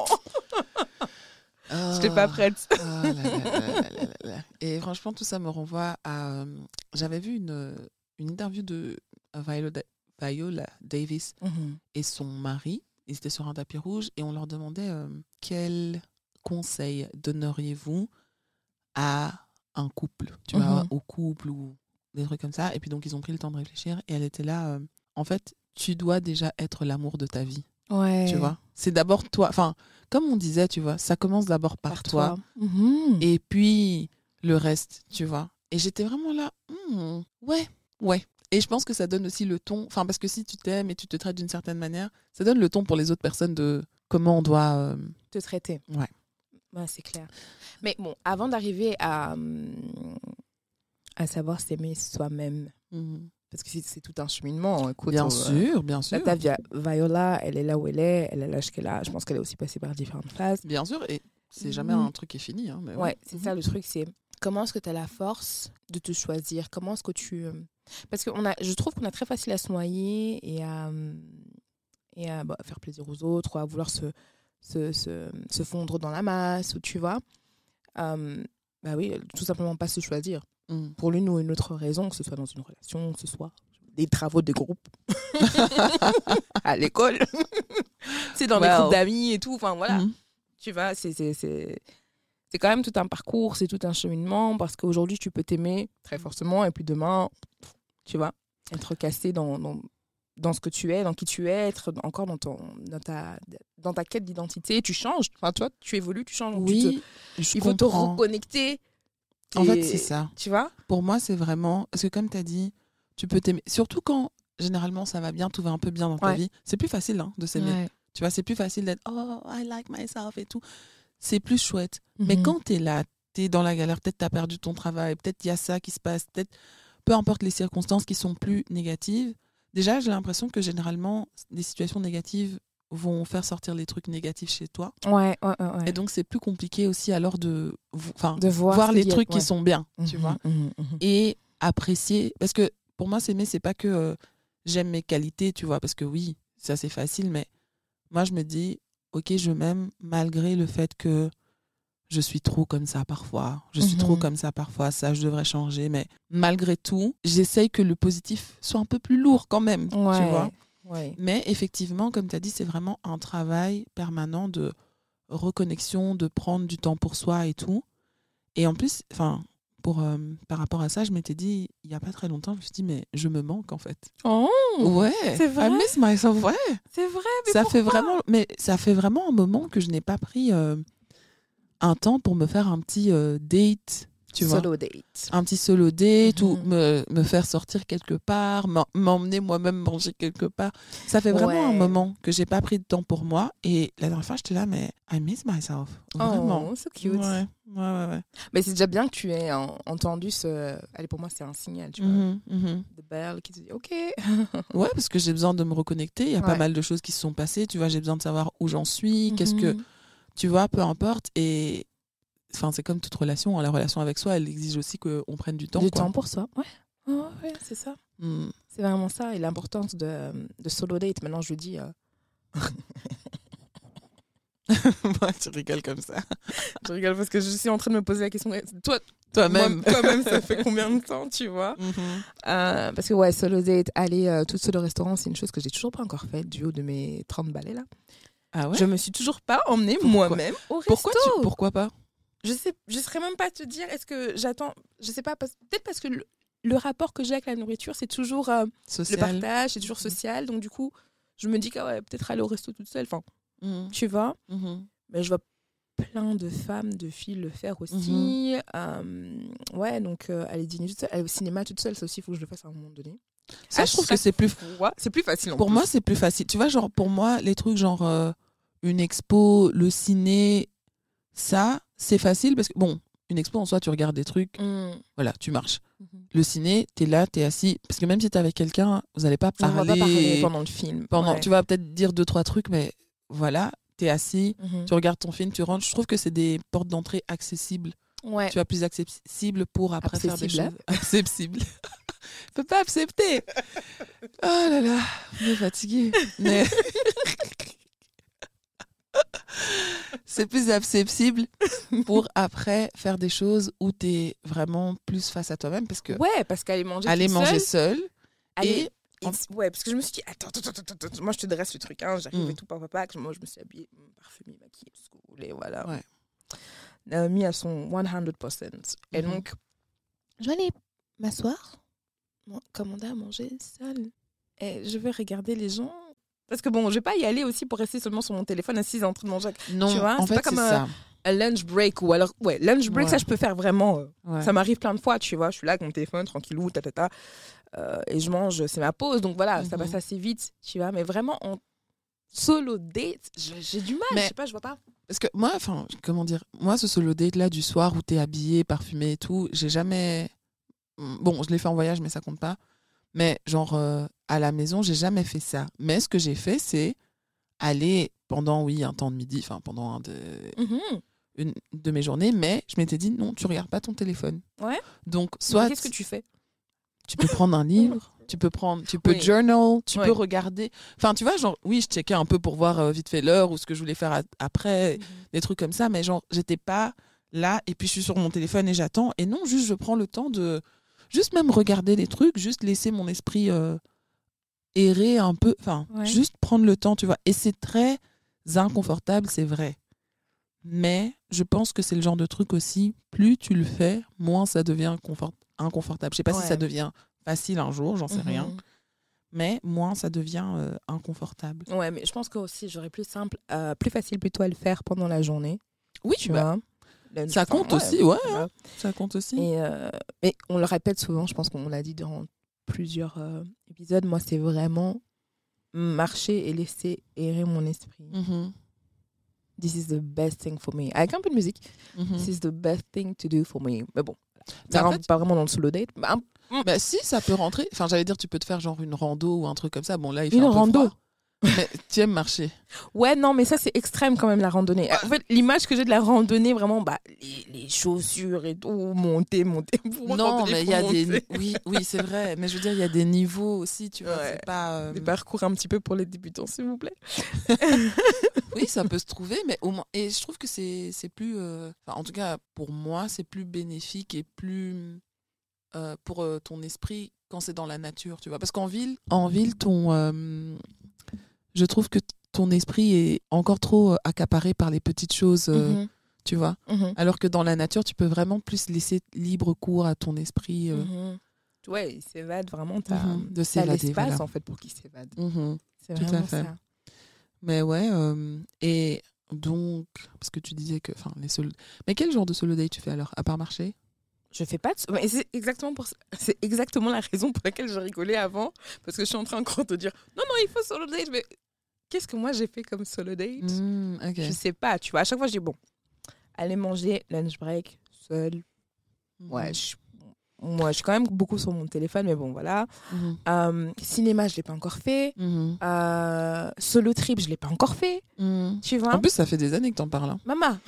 Ah. Je n'étais pas prête. Ah là là là là là là là. Et franchement, tout ça me renvoie à. euh, J'avais vu une, une interview de Viola, Viola Davis et son mari. Ils étaient sur un tapis rouge et on leur demandait euh, quel conseil donneriez-vous à un couple, tu vois, Mhm. au couple ou des trucs comme ça. Et puis donc, ils ont pris le temps de réfléchir et elle était là. euh, en fait, tu dois déjà être l'amour de ta vie, Ouais. tu vois. C'est d'abord toi. Enfin, comme on disait, tu vois, ça commence d'abord par, toi. Mhm. Et puis le reste, tu vois. Et j'étais vraiment là, hmm, ouais, ouais. Et je pense que ça donne aussi le ton, enfin parce que si tu t'aimes et tu te traites d'une certaine manière, ça donne le ton pour les autres personnes de comment on doit... euh, Te traiter. Ouais. Ouais, c'est clair. Mais bon, avant d'arriver à, hum, à savoir s'aimer soi-même, mhm. parce que c'est, c'est tout un cheminement. Écoute, Bien euh, sûr, bien sûr. là, t'as Vi- Viola, elle est là où elle est, elle a l'âge qu'elle a. Je pense qu'elle est aussi passée par différentes phases. Bien sûr, et c'est jamais Mhm. un truc qui est fini. Hein, mais Ouais, ouais. c'est ça le truc, c'est comment est-ce que tu as la force de te choisir? Comment est-ce que tu... euh, Parce que on a, je trouve qu'on a très facile à se noyer et à, hum, et à bah, faire plaisir aux autres ou à vouloir se, se, se, se fondre dans la masse, ou tu vois. Euh, bah oui, tout simplement pas se choisir. Mm. Pour l'une ou une autre raison, que ce soit dans une relation, que ce soit des travaux de groupe à l'école, c'est dans Wow. des groupes d'amis et tout. Enfin voilà, Mm. tu vois, c'est, c'est, c'est, c'est quand même tout un parcours, c'est tout un cheminement parce qu'aujourd'hui, tu peux t'aimer très fortement et puis demain, tu vois, être cassé dans, dans, dans ce que tu es, dans qui tu es, être encore dans, ton, dans, ta, dans ta quête d'identité. Tu changes, enfin, toi, tu évolues, tu changes. Donc tu te- Oui, je il faut te comprends. reconnecter. En fait, Et- c'est ça. Tu vois? Pour moi, c'est vraiment... Parce que comme tu as dit, tu peux t'aimer. Surtout quand, généralement, ça va bien, tout va un peu bien dans ta Ouais. vie. C'est plus facile hein, de s'aimer. Ouais. Tu vois, c'est plus facile d'être « Oh, I like myself » et tout. C'est plus chouette. Mais Mhm. quand tu es là, tu es dans la galère, peut-être tu as perdu ton travail, peut-être il y a ça qui se passe, peut-être... Peu importe les circonstances qui sont plus négatives. Déjà, j'ai l'impression que généralement, des situations négatives vont faire sortir les trucs négatifs chez toi. Ouais, ouais, ouais, ouais. Et donc, c'est plus compliqué aussi alors de, enfin, De voir voir ce les qu'il y a- trucs ouais. qui sont bien, tu Mhm, vois. mhm, mhm. Et apprécier. Parce que pour moi, s'aimer, c'est pas que euh, j'aime mes qualités, tu vois. Parce que oui, ça c'est facile, mais moi, je me dis, ok, je m'aime malgré le fait que je suis trop comme ça parfois. Je suis Mhm. trop comme ça parfois. Ça, je devrais changer. Mais malgré tout, j'essaye que le positif soit un peu plus lourd quand même, tu Ouais, vois. ouais. Mais effectivement, comme tu as dit, c'est vraiment un travail permanent de reconnexion, de prendre du temps pour soi et tout. Et en plus, enfin, pour euh, par rapport à ça, je m'étais dit, il n'y a pas très longtemps, je me suis dit, mais je me manque en fait. Oh, Ouais, c'est vrai I miss myself, ouais. c'est vrai, mais Ça pourquoi? fait vraiment, mais ça fait vraiment un moment que je n'ai pas pris euh, un temps pour me faire un petit euh, date, tu vois. Solo date. Un petit solo date ou Mhm. me, me faire sortir quelque part, m'en- m'emmener moi-même manger quelque part. Ça fait vraiment un Ouais. moment que j'ai pas pris de temps pour moi. Et la dernière fois, j'étais là, mais I miss myself. Vraiment. Oh, c'est cute. Ouais, ouais, ouais. ouais. Mais c'est déjà bien que tu aies en- entendu ce... Allez, pour moi, c'est un signal, tu vois. Mhm, mhm. De Belle qui te dit, OK. Ouais, parce que j'ai besoin de me reconnecter. Il y a pas Ouais. mal de choses qui se sont passées. Tu vois, j'ai besoin de savoir où j'en suis, qu'est-ce que. Mhm. Tu vois, peu importe. Et. Enfin, c'est comme toute relation. hein. La relation avec soi, elle exige aussi qu'on prenne du temps. Du quoi. temps pour soi. Ouais, ouais, ouais, c'est ça. Mm. C'est vraiment ça. Et l'importance de, de solo date. Maintenant, je dis... euh, Ouais, tu rigoles comme ça. Je rigole parce que je suis en train de me poser la question. Toi, Toi-même. moi, toi-même, ça fait combien de temps, tu vois? Mhm. Euh, Parce que, ouais, solo date, aller euh, toute seule au restaurant, c'est une chose que j'ai toujours pas encore faite du haut de mes trente balais, là. Ah ouais Je me suis toujours pas emmenée Pourquoi moi-même au resto. Pourquoi, tu... Pourquoi pas Je sais, je saurais même pas te dire, est-ce que j'attends, je sais pas, parce- peut-être parce que le, le rapport que j'ai avec la nourriture, c'est toujours euh, le Social. partage, c'est toujours social. Donc, du coup, je me dis que ouais, peut-être aller au resto toute seule, enfin, Mhm. tu vois. Mhm. Mais je vois plein de femmes, de filles le faire aussi. Euh, ouais, donc euh, aller dîner toute seule, aller au cinéma toute seule, ça aussi, il faut que je le fasse à un moment donné. Ça, À je trouve que chaque c'est plus. fois, c'est plus facile en Pour plus. moi, c'est plus facile. Tu vois, genre, pour moi, les trucs genre euh, une expo, le ciné, ça, c'est facile parce que, bon, une expo en soi, tu regardes des trucs, Mm. voilà, tu marches. Mhm. Le ciné, t'es là, t'es assis. Parce que même si t'es avec quelqu'un, vous n'allez pas On va parler. pas parler pendant le film. pendant- Ouais. Tu vas peut-être dire deux, trois trucs, mais voilà, t'es assis, Mhm. tu regardes ton film, tu rentres. Je trouve que c'est des portes d'entrée accessibles. Ouais. Tu vois, plus accessibles pour après faire des Accessible, choses. Accessibles. Je peux pas accepter. Oh là là, on est fatigué. Mais c'est plus accessible pour après faire des choses où tu es vraiment plus face à toi-même parce que Ouais, parce qu'aller manger aller toute manger seule, seul aller- et- et- ouais, parce que je me suis dit, attends, attends, attends, attends, attends, moi je te dresse le truc, hein, j'arrive Mm. et tout, papa, papa, moi je me suis habillée, mm, parfumée, maquillée, tout ce que vous voulez, voilà. Ouais. Naomi à son cent pour cent. Et Mhm. donc, je vais aller m'asseoir, mon- commander à manger seule. Et je vais regarder les gens. Parce que bon, je vais pas y aller aussi pour rester seulement sur mon téléphone assise en train de manger. non, Tu vois, en c'est fait pas comme, c'est euh, ça. Un lunch break ou alors, ouais, lunch break, Ouais. ça je peux faire vraiment. euh, Ouais. Ça m'arrive plein de fois, tu vois. Je suis là avec mon téléphone, tranquillou, ta, ta, ta. Euh, et je mange, c'est ma pause. Donc voilà, ça Mhm. passe assez vite, tu vois. Mais vraiment, en solo date, j'ai j'ai du mal, Mais- je sais pas, je vois pas. Parce que moi, enfin, comment dire, moi, ce solo date là du soir où t'es habillé, parfumé et tout, j'ai jamais. Bon, je l'ai fait en voyage, mais ça compte pas. Mais genre, euh, à la maison, j'ai jamais fait ça. Mais ce que j'ai fait, c'est aller pendant, oui, un temps de midi, enfin, pendant un de, Mhm. une de mes journées, mais je m'étais dit, non, tu regardes pas ton téléphone. Ouais. Donc, Mais soit Qu'est-ce que tu fais? tu peux prendre un livre, tu peux prendre, tu peux Oui. journal, tu Ouais. peux regarder. Enfin, tu vois, genre, oui, je checkais un peu pour voir euh, vite fait l'heure ou ce que je voulais faire a- après, des trucs comme ça, mais genre, j'étais pas là, et puis je suis sur mon téléphone et j'attends. Et non, juste je prends le temps de juste même regarder des trucs, juste laisser mon esprit euh, errer un peu, enfin, Ouais. juste prendre le temps, tu vois. Et c'est très inconfortable, c'est vrai. Mais je pense que c'est le genre de truc aussi, plus tu le fais, moins ça devient confort- inconfortable. Je sais pas Ouais. si ça devient facile un jour, j'en sais Mhm. rien. Mais moins ça devient euh, inconfortable. Ouais, mais je pense que aussi j'aurais plus simple, euh, plus facile plutôt à le faire pendant la journée. Oui, Tu bah, vois. Lunch, ça enfin, compte aussi, ouais, voilà. hein, ça compte aussi. Et euh, mais on le répète souvent, je pense qu'on l'a dit dans plusieurs euh, épisodes, moi c'est vraiment marcher et laisser errer mon esprit. Mhm, This is the best thing for me. Avec un peu de musique, mhm. this is the best thing to do for me. Mais bon, Mais ça en rentre fait- pas vraiment dans le solo date. Bah, un- Bah, si, ça peut rentrer. Enfin, j'allais dire, tu peux te faire genre une rando ou un truc comme ça. Bon, là, il fait Une un peu rando. froid. Mais tu aimes marcher. Ouais, non, mais ça, c'est extrême quand même, la randonnée. En fait, l'image que j'ai de la randonnée, vraiment, bah, les, les chaussures et tout, monter, monter. Pour moi, Non, randonnée, mais il faut y a des... monter. Oui, oui, c'est vrai. Mais je veux dire, il y a des niveaux aussi, tu vois. Ouais. C'est pas... euh, Des parcours un petit peu pour les débutants, s'il vous plaît. Oui, ça peut se trouver, mais au moins... Et je trouve que c'est c'est plus... euh, Enfin, en tout cas, pour moi, c'est plus bénéfique et plus... euh, pour euh, ton esprit quand c'est dans la nature, tu vois. Parce qu'en ville, en ville, ton... euh, Je trouve que ton esprit est encore trop euh, accaparé par les petites choses, euh, Mhm, tu vois. mhm, Alors que dans la nature, tu peux vraiment plus laisser libre cours à ton esprit. euh, mhm. Ouais, il s'évade vraiment. T'as Mhm, de t'as s'évader, l'espace, voilà. en fait, pour qu'il s'évade. mhm. C'est Tout à vraiment fait. ça. Mais ouais, euh, et donc, parce que tu disais que, enfin, les solo... Mais quel genre de solo date tu fais alors, à part marcher? Je fais pas de... mais c'est exactement pour ça- c'est exactement la raison pour laquelle je rigolais avant, parce que je suis en train encore de dire non non il faut solo date, mais qu'est-ce que moi j'ai fait comme solo date? Mm, ok. Je sais pas, tu vois. À chaque fois je dis bon, aller manger lunch break seul. Mhm. Ouais, je... moi je suis quand même beaucoup sur mon téléphone, mais bon voilà. Mhm. Euh, cinéma je l'ai pas encore fait. Mhm. Euh, solo trip je l'ai pas encore fait. Mhm. Tu vois? En plus, ça fait des années que t'en parles. hein. Maman.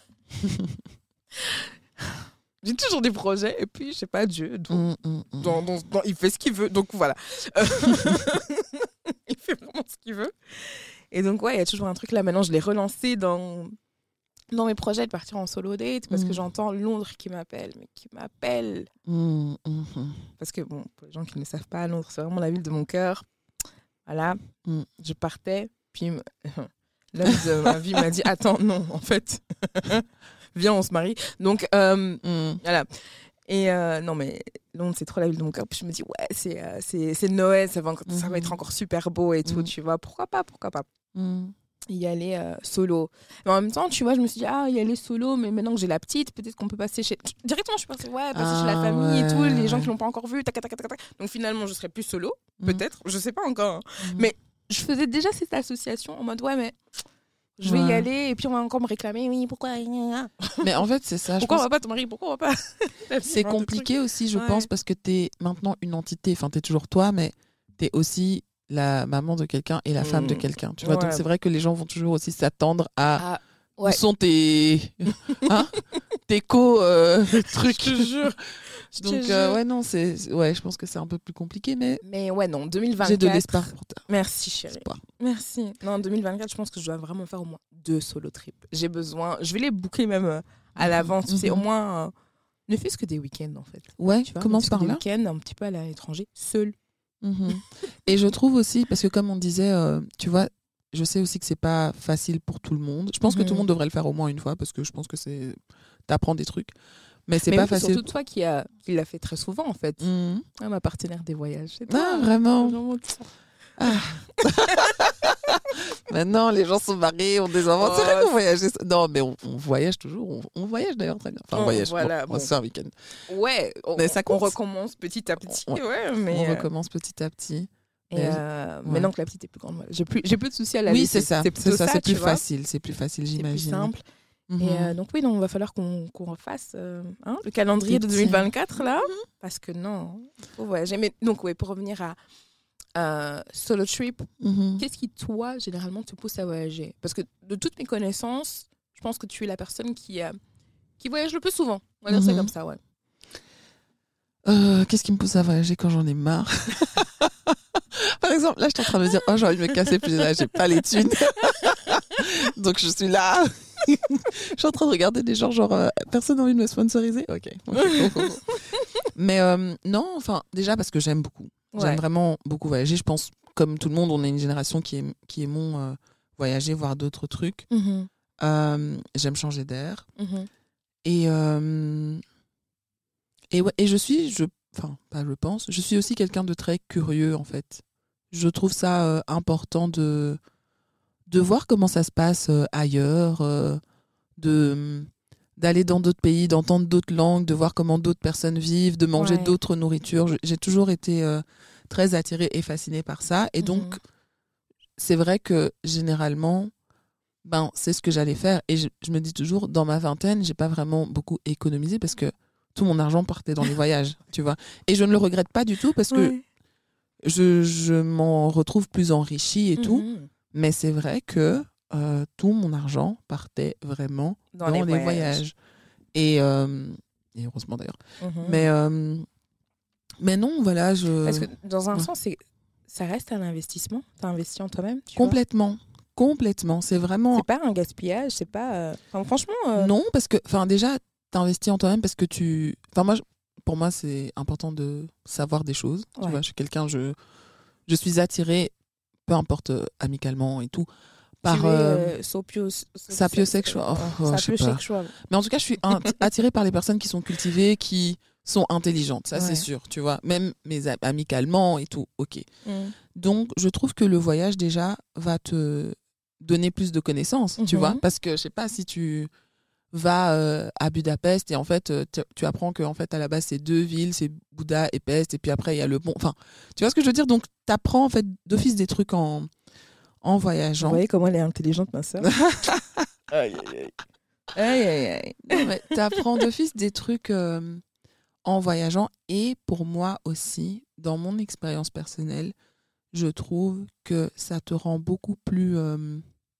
J'ai toujours des projets et puis je sais pas Dieu. Donc... Mm, mm, mm. Dans, dans- dans- il fait ce qu'il veut, donc voilà. Euh, il fait vraiment ce qu'il veut. Et donc, ouais, il y a toujours un truc là. Maintenant, je l'ai relancé dans, dans mes projets de partir en solo date parce Mm. que j'entends Londres qui m'appelle, mais qui m'appelle. Mm, mhm. Parce que, bon, pour les gens qui ne savent pas, Londres, c'est vraiment la ville de mon cœur. Voilà. Mm. Je partais, puis l'homme de ma vie m'a dit attends, non, en fait, viens, on se marie. Donc, euh, Mm. voilà. Et euh, non, mais Londres, c'est trop la ville de mon cœur. Puis je me dis, ouais, c'est, euh, c'est, c'est Noël, ça va, encore- ça va être encore super beau et tout, Mhm. tu vois. Pourquoi pas, pourquoi pas Mm. y aller euh, solo. Mais en même temps, tu vois, je me suis dit, ah, y aller solo, mais maintenant que j'ai la petite, peut-être qu'on peut passer chez... Directement, je suis passée, ouais, passer chez la Ah, famille et tout, ouais, les gens ouais. qui l'ont pas encore vu, tac, tac, tac, tac, tac. Donc finalement, je serai plus solo, Mm. peut-être, je sais pas encore. hein. Mhm. Mais je faisais déjà cette association en mode, ouais, mais je vais y Ouais. aller et puis on va encore me réclamer, oui, pourquoi Mais en fait, c'est ça. Je Pourquoi on pense va pas te marier Pourquoi on va pas c'est compliqué aussi, je Ouais. pense, parce que tu es maintenant une entité. Enfin, tu es toujours toi, mais tu es aussi la maman de quelqu'un et la Mm. femme de quelqu'un. Tu vois, Ouais. donc c'est vrai que les gens vont toujours aussi s'attendre à Ah, ouais. où sont tes hein tes co euh, trucs. Je te jure. Je te Donc jure. euh, ouais non, c'est c'est- ouais, je pense que c'est un peu plus compliqué, mais Mais ouais, non, deux mille vingt-quatre. j'ai de l'espoir pour ta Merci, chérie. espoir. Merci. Non, en deux mille vingt-quatre, je pense que je dois vraiment faire au moins deux solo trips. J'ai besoin. Je vais les booker même euh, à Mhm, l'avance. Tu sais, au mhm. moins. euh, ne fût-ce que des week-ends, en fait. Ouais, Tu vois, commence ne fût-ce par que des là. week-ends, un petit peu à l'étranger, seul. Mhm. Et je trouve aussi, parce que comme on disait, euh, tu vois, je sais aussi que c'est pas facile pour tout le monde. Je pense que Mhm. tout le monde devrait le faire au moins une fois, parce que je pense que c'est t'apprends des trucs. Mais c'est Mais pas oui, facile. surtout toi qui, a, qui l'a fait très souvent, en fait. Mhm. Ah, ma partenaire des voyages. C'est Ah, toi. vraiment. Vraiment. Maintenant, les gens sont mariés, ont des enfants. Oh, c'est vrai qu'on voyage. Non, mais on, on voyage toujours. On, on voyage d'ailleurs très bien. Enfin, on, On- voyage. voilà, on, on bon. se fait un week-end. Ouais, on, Mais ça on compte. recommence petit à petit. Ouais. Ouais, mais, On euh, recommence petit à petit. et Mais- euh, ouais. Maintenant que la petite est plus grande, voilà. j'ai plus, j'ai plus de soucis à la Oui, laisser. c'est ça. C'est C'est plutôt ça. ça, C'est tu plus vois. facile. C'est plus facile, C'est plus j'imagine. simple. Mhm. Et euh, donc oui, donc, il va falloir qu'on qu'on refasse euh, hein, le calendrier Des de petits- deux mille vingt-quatre là, parce que non, il faut voyager. Mais donc oui, pour revenir à euh, solo trip, Mhm. qu'est-ce qui toi généralement te pousse à voyager? Parce que de toutes mes connaissances, je pense que tu es la personne qui euh, qui voyage le plus souvent. On va dire ça Mhm. comme ça, ouais. Euh, Qu'est-ce qui me pousse à voyager quand j'en ai marre? Par exemple, là, je suis en train de me dire, oh, j'ai envie de me casser, puis là, j'ai pas les thunes. Donc, je suis là. Je suis en train de regarder des gens genre euh, personne n'a envie de me sponsoriser. Ok. okay. Mais euh, non, enfin déjà parce que j'aime beaucoup. Ouais. J'aime vraiment beaucoup voyager. Je pense comme tout le monde, on est une génération qui aime qui aimons euh, voyager, voir d'autres trucs. Mm-hmm. Euh, j'aime changer d'air. Mm-hmm. Et euh, et ouais, et je suis je enfin pas je pense, je suis aussi quelqu'un de très curieux en fait. Je trouve ça euh, important de de voir comment ça se passe euh, ailleurs, euh, de d'aller dans d'autres pays, d'entendre d'autres langues, de voir comment d'autres personnes vivent, de manger ouais. d'autres nourritures. Je, j'ai toujours été euh, très attirée et fascinée par ça. Et donc, mm-hmm. c'est vrai que généralement, ben, c'est ce que j'allais faire. Et je, je me dis toujours, dans ma vingtaine, j'ai pas vraiment beaucoup économisé parce que tout mon argent partait dans les voyages, tu vois. Et je ne le regrette pas du tout parce que ouais. je, je m'en retrouve plus enrichie et mm-hmm. tout. Mais c'est vrai que euh, tout mon argent partait vraiment dans, dans les, les voyages. voyages. Et, euh, et heureusement d'ailleurs. Mm-hmm. Mais, euh, mais non, voilà. Je... Parce que dans un ouais. sens, c'est, ça reste un investissement. Tu as investi en toi-même. Tu Complètement. Vois Complètement. C'est vraiment. C'est pas un gaspillage. C'est pas. Euh... Enfin, franchement. Euh... Non, parce que déjà, tu investis en toi-même parce que tu. Enfin, moi, je... pour moi, c'est important de savoir des choses. Ouais. Tu vois, je suis quelqu'un, je, je suis attirée, peu importe euh, amicalement et tout. Par tu es, euh, sapio, sapiosexual. Oh, oh, sapiosexual. Mais en tout cas, je suis in- attirée par les personnes qui sont cultivées, qui sont intelligentes. Ça, ouais. c'est sûr, tu vois. Même mes am- amicalement et tout, ok. Mm. Donc, je trouve que le voyage, déjà, va te donner plus de connaissances, mm-hmm. tu vois. Parce que, je sais pas, si tu vas euh, à Budapest et en fait, tu, tu apprends qu'en fait, à la base, c'est deux villes, c'est Bouddha et Pest, et puis après, il y a le bon... Enfin, tu vois ce que je veux dire? Donc, tu apprends, en fait, d'office des trucs en... en voyageant. Vous voyez comment elle est intelligente, ma sœur. Aïe, aïe, aïe. Aïe, aïe, aïe. Non, mais t'apprends d'office des trucs euh, en voyageant. Et pour moi aussi, dans mon expérience personnelle, je trouve que ça te rend beaucoup plus... Euh,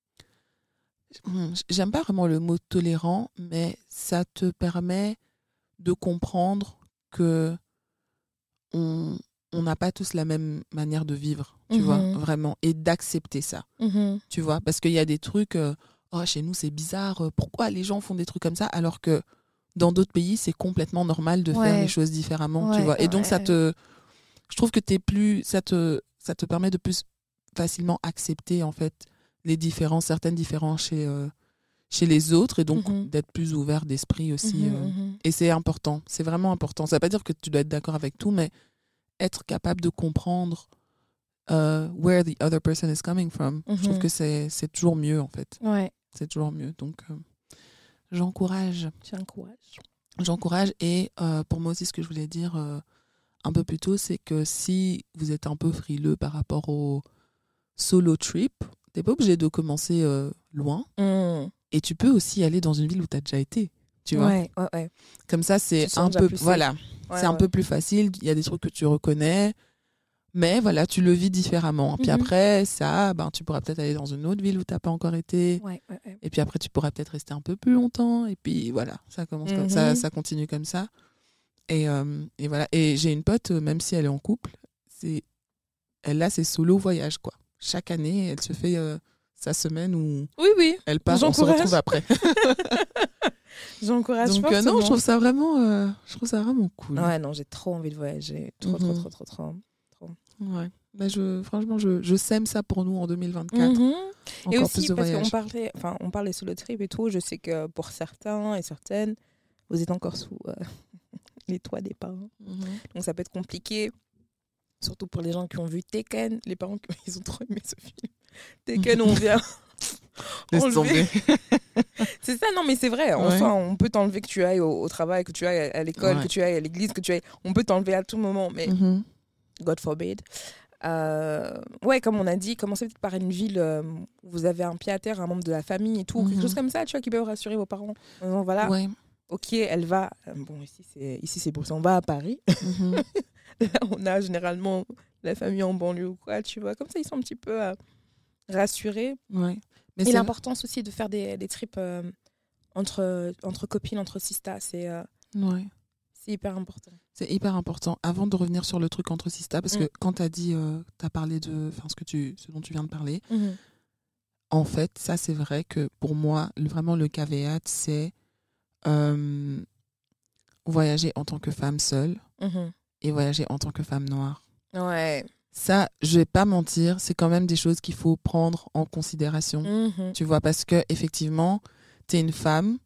j'aime pas vraiment le mot tolérant, mais ça te permet de comprendre que on... on n'a pas tous la même manière de vivre, tu mm-hmm. vois, vraiment, et d'accepter ça, mm-hmm. tu vois, parce qu'il y a des trucs, euh, oh, chez nous c'est bizarre, pourquoi les gens font des trucs comme ça, alors que dans d'autres pays c'est complètement normal de ouais. faire les choses différemment, ouais, tu vois, et donc ouais. ça te, je trouve que t'es plus, ça te, ça te permet de plus facilement accepter en fait les différences, certaines différences chez, euh, chez les autres, et donc mm-hmm. d'être plus ouvert d'esprit aussi, mm-hmm, euh, mm-hmm. et c'est important, c'est vraiment important, ça veut pas dire que tu dois être d'accord avec tout, mais être capable de comprendre uh, where the other person is coming from. Mm-hmm. Je trouve que c'est, c'est toujours mieux, en fait. Ouais. C'est toujours mieux. Donc, euh, j'encourage. J'encourage. J'encourage. Et euh, pour moi aussi, ce que je voulais dire euh, un peu plus tôt, c'est que si vous êtes un peu frileux par rapport au solo trip, t'es pas obligé de commencer euh, loin. Mm. Et tu peux aussi aller dans une ville où t'as déjà été. Tu vois ouais, ouais, ouais. Comme ça, c'est un peu... Voilà. Ouais, c'est un ouais. peu plus facile, il y a des trucs que tu reconnais, mais voilà, tu le vis différemment. Mm-hmm. Puis après, ça, ben, tu pourras peut-être aller dans une autre ville où tu n'as pas encore été. Ouais, ouais, ouais. Et puis après, tu pourras peut-être rester un peu plus longtemps. Et puis voilà, ça, commence mm-hmm. comme ça, ça continue comme ça. Et, euh, et voilà. Et j'ai une pote, même si elle est en couple, c'est... elle a ses solo voyages, quoi. Chaque année, elle se fait euh, sa semaine où oui, oui. elle part, on se retrouve après. J'encourage donc euh, non, je trouve ça vraiment euh, je trouve ça vraiment cool. Ouais, non, j'ai trop envie de voyager, trop mm-hmm. trop trop trop trop trop. Ouais. Bah je franchement je je sème ça pour nous en deux mille vingt-quatre. Mm-hmm. Encore et aussi plus de parce voyages. qu'on parlait enfin on parle des solo trips et tout, je sais que pour certains et certaines, vous êtes encore sous euh, les toits des parents. Mm-hmm. Donc ça peut être compliqué, surtout pour les gens qui ont vu Taken, les parents ils ont trop aimé ce film. Taken, on vient enlever. C'est ça, non mais c'est vrai, enfin ouais. on peut t'enlever que tu ailles au, au travail, que tu ailles à l'école, ouais. que tu ailles à l'église, que tu ailles, on peut t'enlever à tout moment, mais mm-hmm. God forbid. Euh, ouais, comme on a dit, commencez peut-être par une ville euh, où vous avez un pied à terre, un membre de la famille et tout, mm-hmm. quelque chose comme ça, tu vois, qui peut rassurer vos parents. Donc, voilà, ouais. ok, elle va, euh, bon ici c'est, ici c'est Bruxelles, on va à Paris, mm-hmm. Là, on a généralement la famille en banlieue ou quoi, tu vois, comme ça ils sont un petit peu euh, rassurés. Ouais. Mais et c'est... l'importance aussi de faire des, des trips euh, entre, entre copines, entre sistas, c'est, euh, ouais. c'est hyper important. C'est hyper important. Avant de revenir sur le truc entre sistas, parce mm. que quand tu as dit, euh, tu as parlé de ce, que tu, ce dont tu viens de parler, mm. en fait, ça c'est vrai que pour moi, le- vraiment le caveat, c'est euh, voyager en tant que femme seule Mhm. et voyager en tant que femme noire. Ouais. Ça, je vais pas mentir, c'est quand même des choses qu'il faut prendre en considération. Mhm. Tu vois, parce que effectivement, tu es une femme.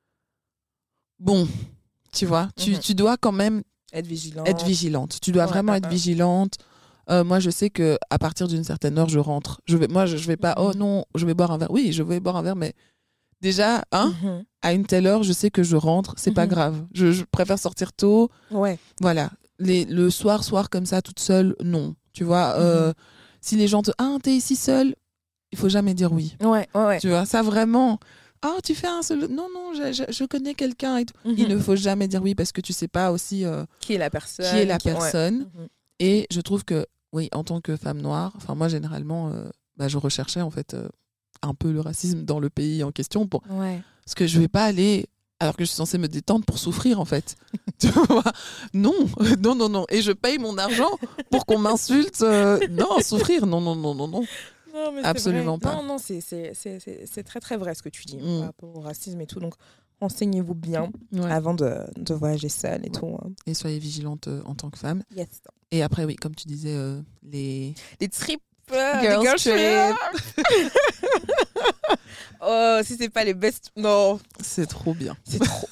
Bon, tu vois, tu, Mhm. tu dois quand même Être vigilante. être vigilante. Tu dois Ouais, vraiment ouais, être ouais. vigilante. Euh, moi, je sais que à partir d'une certaine heure, je rentre. Je vais, moi, je, je vais pas. Mhm. Oh non, je vais boire un verre. Oui, je vais boire un verre, mais déjà, hein, Mhm. à une telle heure, je sais que je rentre. C'est pas Mhm. grave. Je, je préfère sortir tôt. Ouais. Voilà. Les, le soir, soir comme ça, toute seule, non. Tu vois. Euh, Mhm. Si les gens te, ah, t'es ici seule, il faut jamais dire oui. Ouais, ouais, ouais. Tu vois, ça vraiment. Ah, tu fais un seul. Non, non, je, je, je connais quelqu'un et tout. Mhm. Il ne faut jamais dire oui parce que tu sais pas aussi euh, Qui est la personne qui est la qui- ouais. personne. Mhm. Et je trouve que, oui, en tant que femme noire, enfin, moi, généralement, euh, bah, je recherchais, en fait, euh, un peu le racisme dans le pays en question. Pour... Ouais. Parce que je vais pas aller, alors que je suis censée me détendre pour souffrir, en fait. Tu vois? Non, non, non, non. Et je paye mon argent pour qu'on m'insulte. euh, Non, souffrir, non, non, non, non, non. Non, mais c'est Absolument vrai. pas. Non, non, c'est, c'est, c'est, c'est, c'est très, très vrai ce que tu dis Mm. par rapport au racisme et tout. Donc, renseignez-vous bien Ouais. avant de, de voyager seule et Ouais. tout. hein. Et soyez vigilante euh, en tant que femme. Yes. Et après, oui, comme tu disais, euh, les Les trips. euh, girls les girl trip. trips. Oh, si c'est pas les best. Non, C'est trop bien. c'est trop.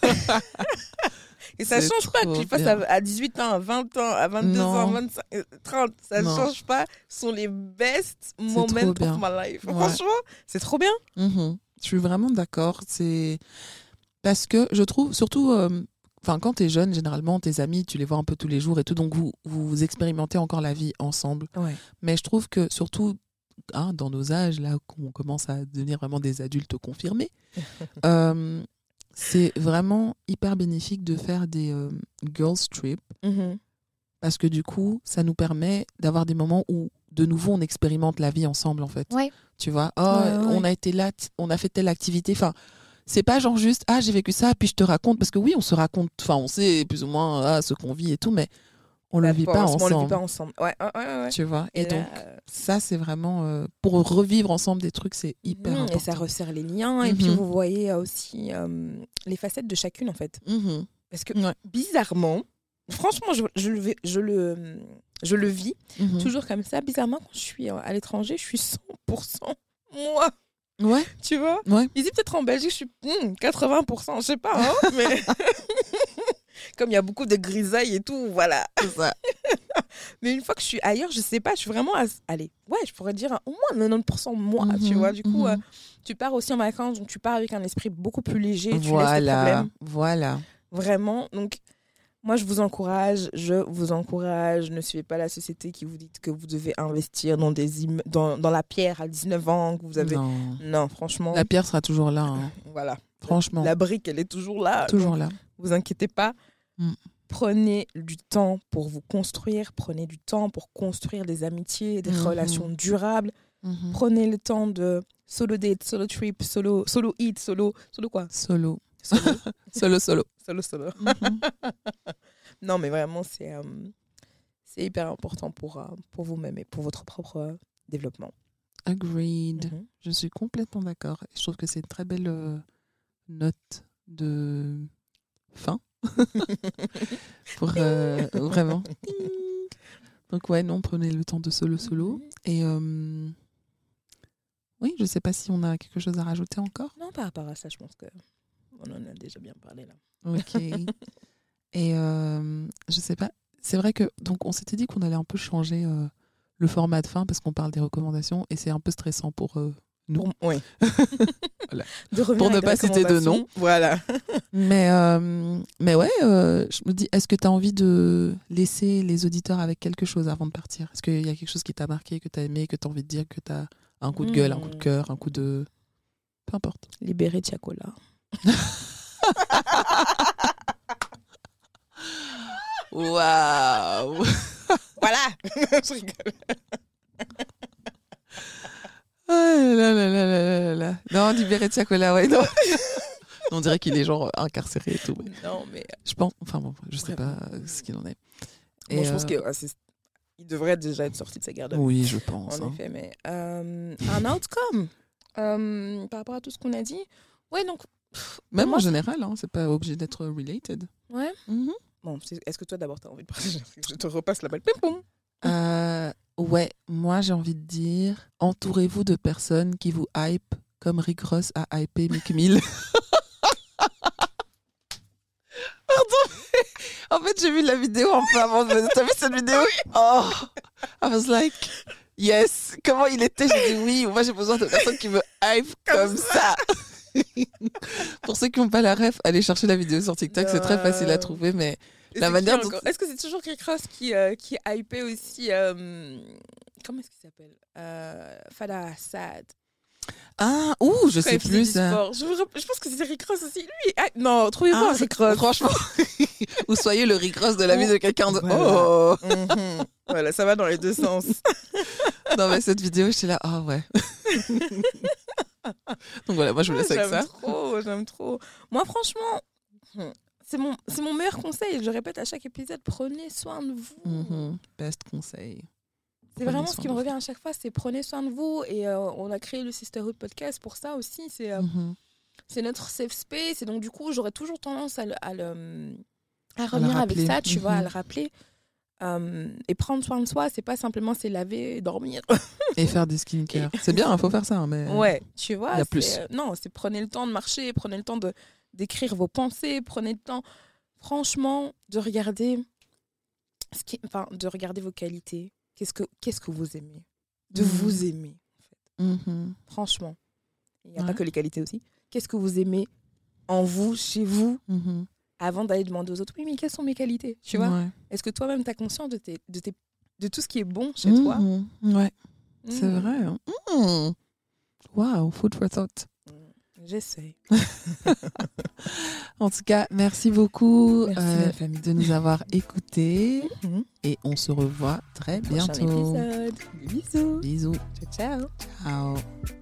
Et ça C'est change pas que trop tu fasses bien. à, à dix-huit ans, à vingt ans, à vingt-deux Non. ans, vingt-cinq, euh, trente. Ça Non. change pas. Ce sont les best trop moments bien. of my life. Ouais. Franchement, c'est trop bien. Mhm. Je suis vraiment d'accord. C'est parce que je trouve, surtout, euh, enfin, quand t'es jeune, généralement, tes amis, tu les vois un peu tous les jours et tout, donc vous, vous expérimentez encore la vie ensemble. Ouais. Mais je trouve que surtout, hein, dans nos âges, là, qu'on commence à devenir vraiment des adultes confirmés, euh, c'est vraiment hyper bénéfique de faire des euh, girls trip Mhm. parce que du coup, ça nous permet d'avoir des moments où, de nouveau, on expérimente la vie ensemble, en fait. Ouais. Tu vois, oh, Ouais, ouais, on ouais. a été là, t- on a fait telle activité. Enfin, c'est pas genre juste, ah, j'ai vécu ça, puis je te raconte. Parce que oui, on se raconte, enfin, on sait plus ou moins ah, ce qu'on vit et tout, mais on le Bah, vit pour pas l'instant, ensemble. On le vit pas ensemble. Ouais, ouais, ouais. ouais. Tu vois, et, Et donc, là, euh, ça, c'est vraiment, euh, pour revivre ensemble des trucs, c'est hyper mhm, important. Et ça resserre les liens. Et Mhm. puis, vous voyez euh, aussi euh, les facettes de chacune, en fait. Mhm. Parce que, Ouais. bizarrement, franchement, je, je, le, vais- je, le, je le vis Mhm. toujours comme ça. Bizarrement, quand je suis à l'étranger, je suis cent pour cent moi. Ouais, Tu vois ouais. Ici, peut-être en Belgique, je suis hmm, quatre-vingts pour cent, je sais pas. Hein, mais comme il y a beaucoup de grisailles et tout, voilà. C'est ça. Mais une fois que je suis ailleurs, je sais pas, je suis vraiment. À... Allez, ouais, je pourrais dire au moins quatre-vingt-dix pour cent moi, tu Mhm, vois. Du coup, mhm. euh, tu pars aussi en vacances, donc tu pars avec un esprit beaucoup plus léger, tu laisses tes Voilà, problèmes. voilà. Vraiment. Donc, moi, je vous encourage, je vous encourage. Ne suivez pas la société qui vous dit que vous devez investir dans, des imm- dans, dans la pierre à dix-neuf ans, que vous avez. Non. Non, franchement. La pierre sera toujours là, hein. Voilà. Franchement. La brique, elle est toujours là. Toujours donc là. vous inquiétez pas. Mm. Prenez du temps pour vous construire. Prenez du temps pour construire des amitiés, des Mhm. relations durables. Mhm. Prenez le temps de solo date, solo trip, solo, solo eat, solo. Solo quoi Solo. Solo, Solo, solo. solo, solo. Mhm. Non, mais vraiment, c'est euh, c'est hyper important pour, euh, pour vous-même et pour votre propre euh, développement. Agreed. Mhm. Je suis complètement d'accord. Je trouve que c'est une très belle euh, note de fin. Pour euh, vraiment. Donc ouais, non, prenez le temps de solo solo. Et euh, oui, je sais pas si on a quelque chose à rajouter encore. Non, par rapport à ça, je pense que on en a déjà bien parlé là. Ok. Et euh, je sais pas. C'est vrai que donc on s'était dit qu'on allait un peu changer euh, le format de fin parce qu'on parle des recommandations et c'est un peu stressant pour euh, nous. Pour, oui. Voilà. De revenir Pour ne avec pas des citer de nom. recommandations. Voilà. Mais, euh, mais ouais, euh, je me dis, est-ce que tu as envie de laisser les auditeurs avec quelque chose avant de partir? Est-ce qu'il y a quelque chose qui t'a marqué, que tu as aimé, que tu as envie de dire, que tu as un coup de gueule, un coup de cœur, un coup de... Peu importe. Libérer Tiakola. Waouh. Voilà. Je rigole. Oh là là là là là là. Non, libérer Tiakola, ouais, non. On dirait qu'il est genre incarcéré et tout. mais Non, mais Je pense, enfin bon, je sais Vraiment. pas ce qu'il en est. bon, Et, je pense euh, qu'il ouais, c'est- il devrait déjà être sorti de sa garde. Oui, je pense. En hein. effet, mais euh, un outcome. Euh, par rapport à tout ce qu'on a dit. Ouais, donc. Pff, Même moi, en général, hein, c'est pas obligé d'être related. Ouais. Mm-hmm. Bon, c'est... est-ce que toi d'abord t'as envie de partager? Je te repasse la balle. Pim, pom. Euh, ouais, moi j'ai envie de dire, entourez-vous de personnes qui vous hype comme Rick Ross a hypé Meek Mill. Pardon, mais en fait j'ai vu la vidéo un peu avant. T'as vu cette vidéo? Oh, I was like, yes. Comment il était? J'ai dit oui. Moi j'ai besoin de personnes qui me hype comme, comme ça. Pour ceux qui n'ont pas la ref, allez chercher la vidéo sur TikTok, non. C'est très facile à trouver, mais et la manière dont... Est-ce que c'est toujours Rick Ross qui, euh, qui hypait aussi... Euh... Comment est-ce qu'il s'appelle euh, Fada Assad. Ah, ouh, je Quand sais plus. Ça. Je, je pense que c'était Rick Ross aussi. Lui, ah, non, trouvez-moi ah, Rick Ross. Franchement, ou soyez le Rick Ross de la vie de quelqu'un de... Voilà. Oh mm-hmm. Voilà, ça va dans les deux sens. Non, mais cette vidéo, j'étais là, ah oh, ouais. Donc voilà, moi je vous laisse avec j'aime ça. J'aime trop, j'aime trop. Moi, franchement, c'est mon, c'est mon meilleur conseil. Je répète à chaque épisode, prenez soin de vous. Mm-hmm. Best conseil. C'est prenez vraiment ce qui me revient à chaque fois, c'est prenez soin de vous. Et euh, on a créé le Sisterhood Podcast pour ça aussi. C'est, euh, mm-hmm. c'est notre safe space. Et donc, du coup, j'aurais toujours tendance à, le, à, le, à revenir à avec ça, tu mm-hmm. vois, à le rappeler. Um, et prendre soin de soi, c'est pas simplement se laver et dormir. Et faire du skincare. C'est bien, il faut faire ça. Hein, mais ouais, tu vois. Il y a plus. Euh, non, c'est prenez le temps de marcher, prenez le temps de, d'écrire vos pensées, prenez le temps, franchement, de regarder, ce qui, enfin, de regarder vos qualités. Qu'est-ce que, qu'est-ce que vous aimez? De mmh. vous aimer, en fait. Mmh. Franchement. Il n'y a ouais. pas que les qualités aussi. Qu'est-ce que vous aimez en vous, chez vous mmh. avant d'aller demander aux autres, oui, mais quelles sont mes qualités, tu vois? Ouais. Est-ce que toi-même, tu as conscience de, tes, de, tes, de tout ce qui est bon chez mmh. toi? Ouais, mmh. c'est vrai. Hein. Mmh. Wow, food for thought. J'essaie. En tout cas, merci beaucoup merci euh, la famille. de nous avoir écoutés. Mmh. Et on se revoit très Prochain bientôt. épisode. Bisous. Bisous. Ciao, ciao. Ciao.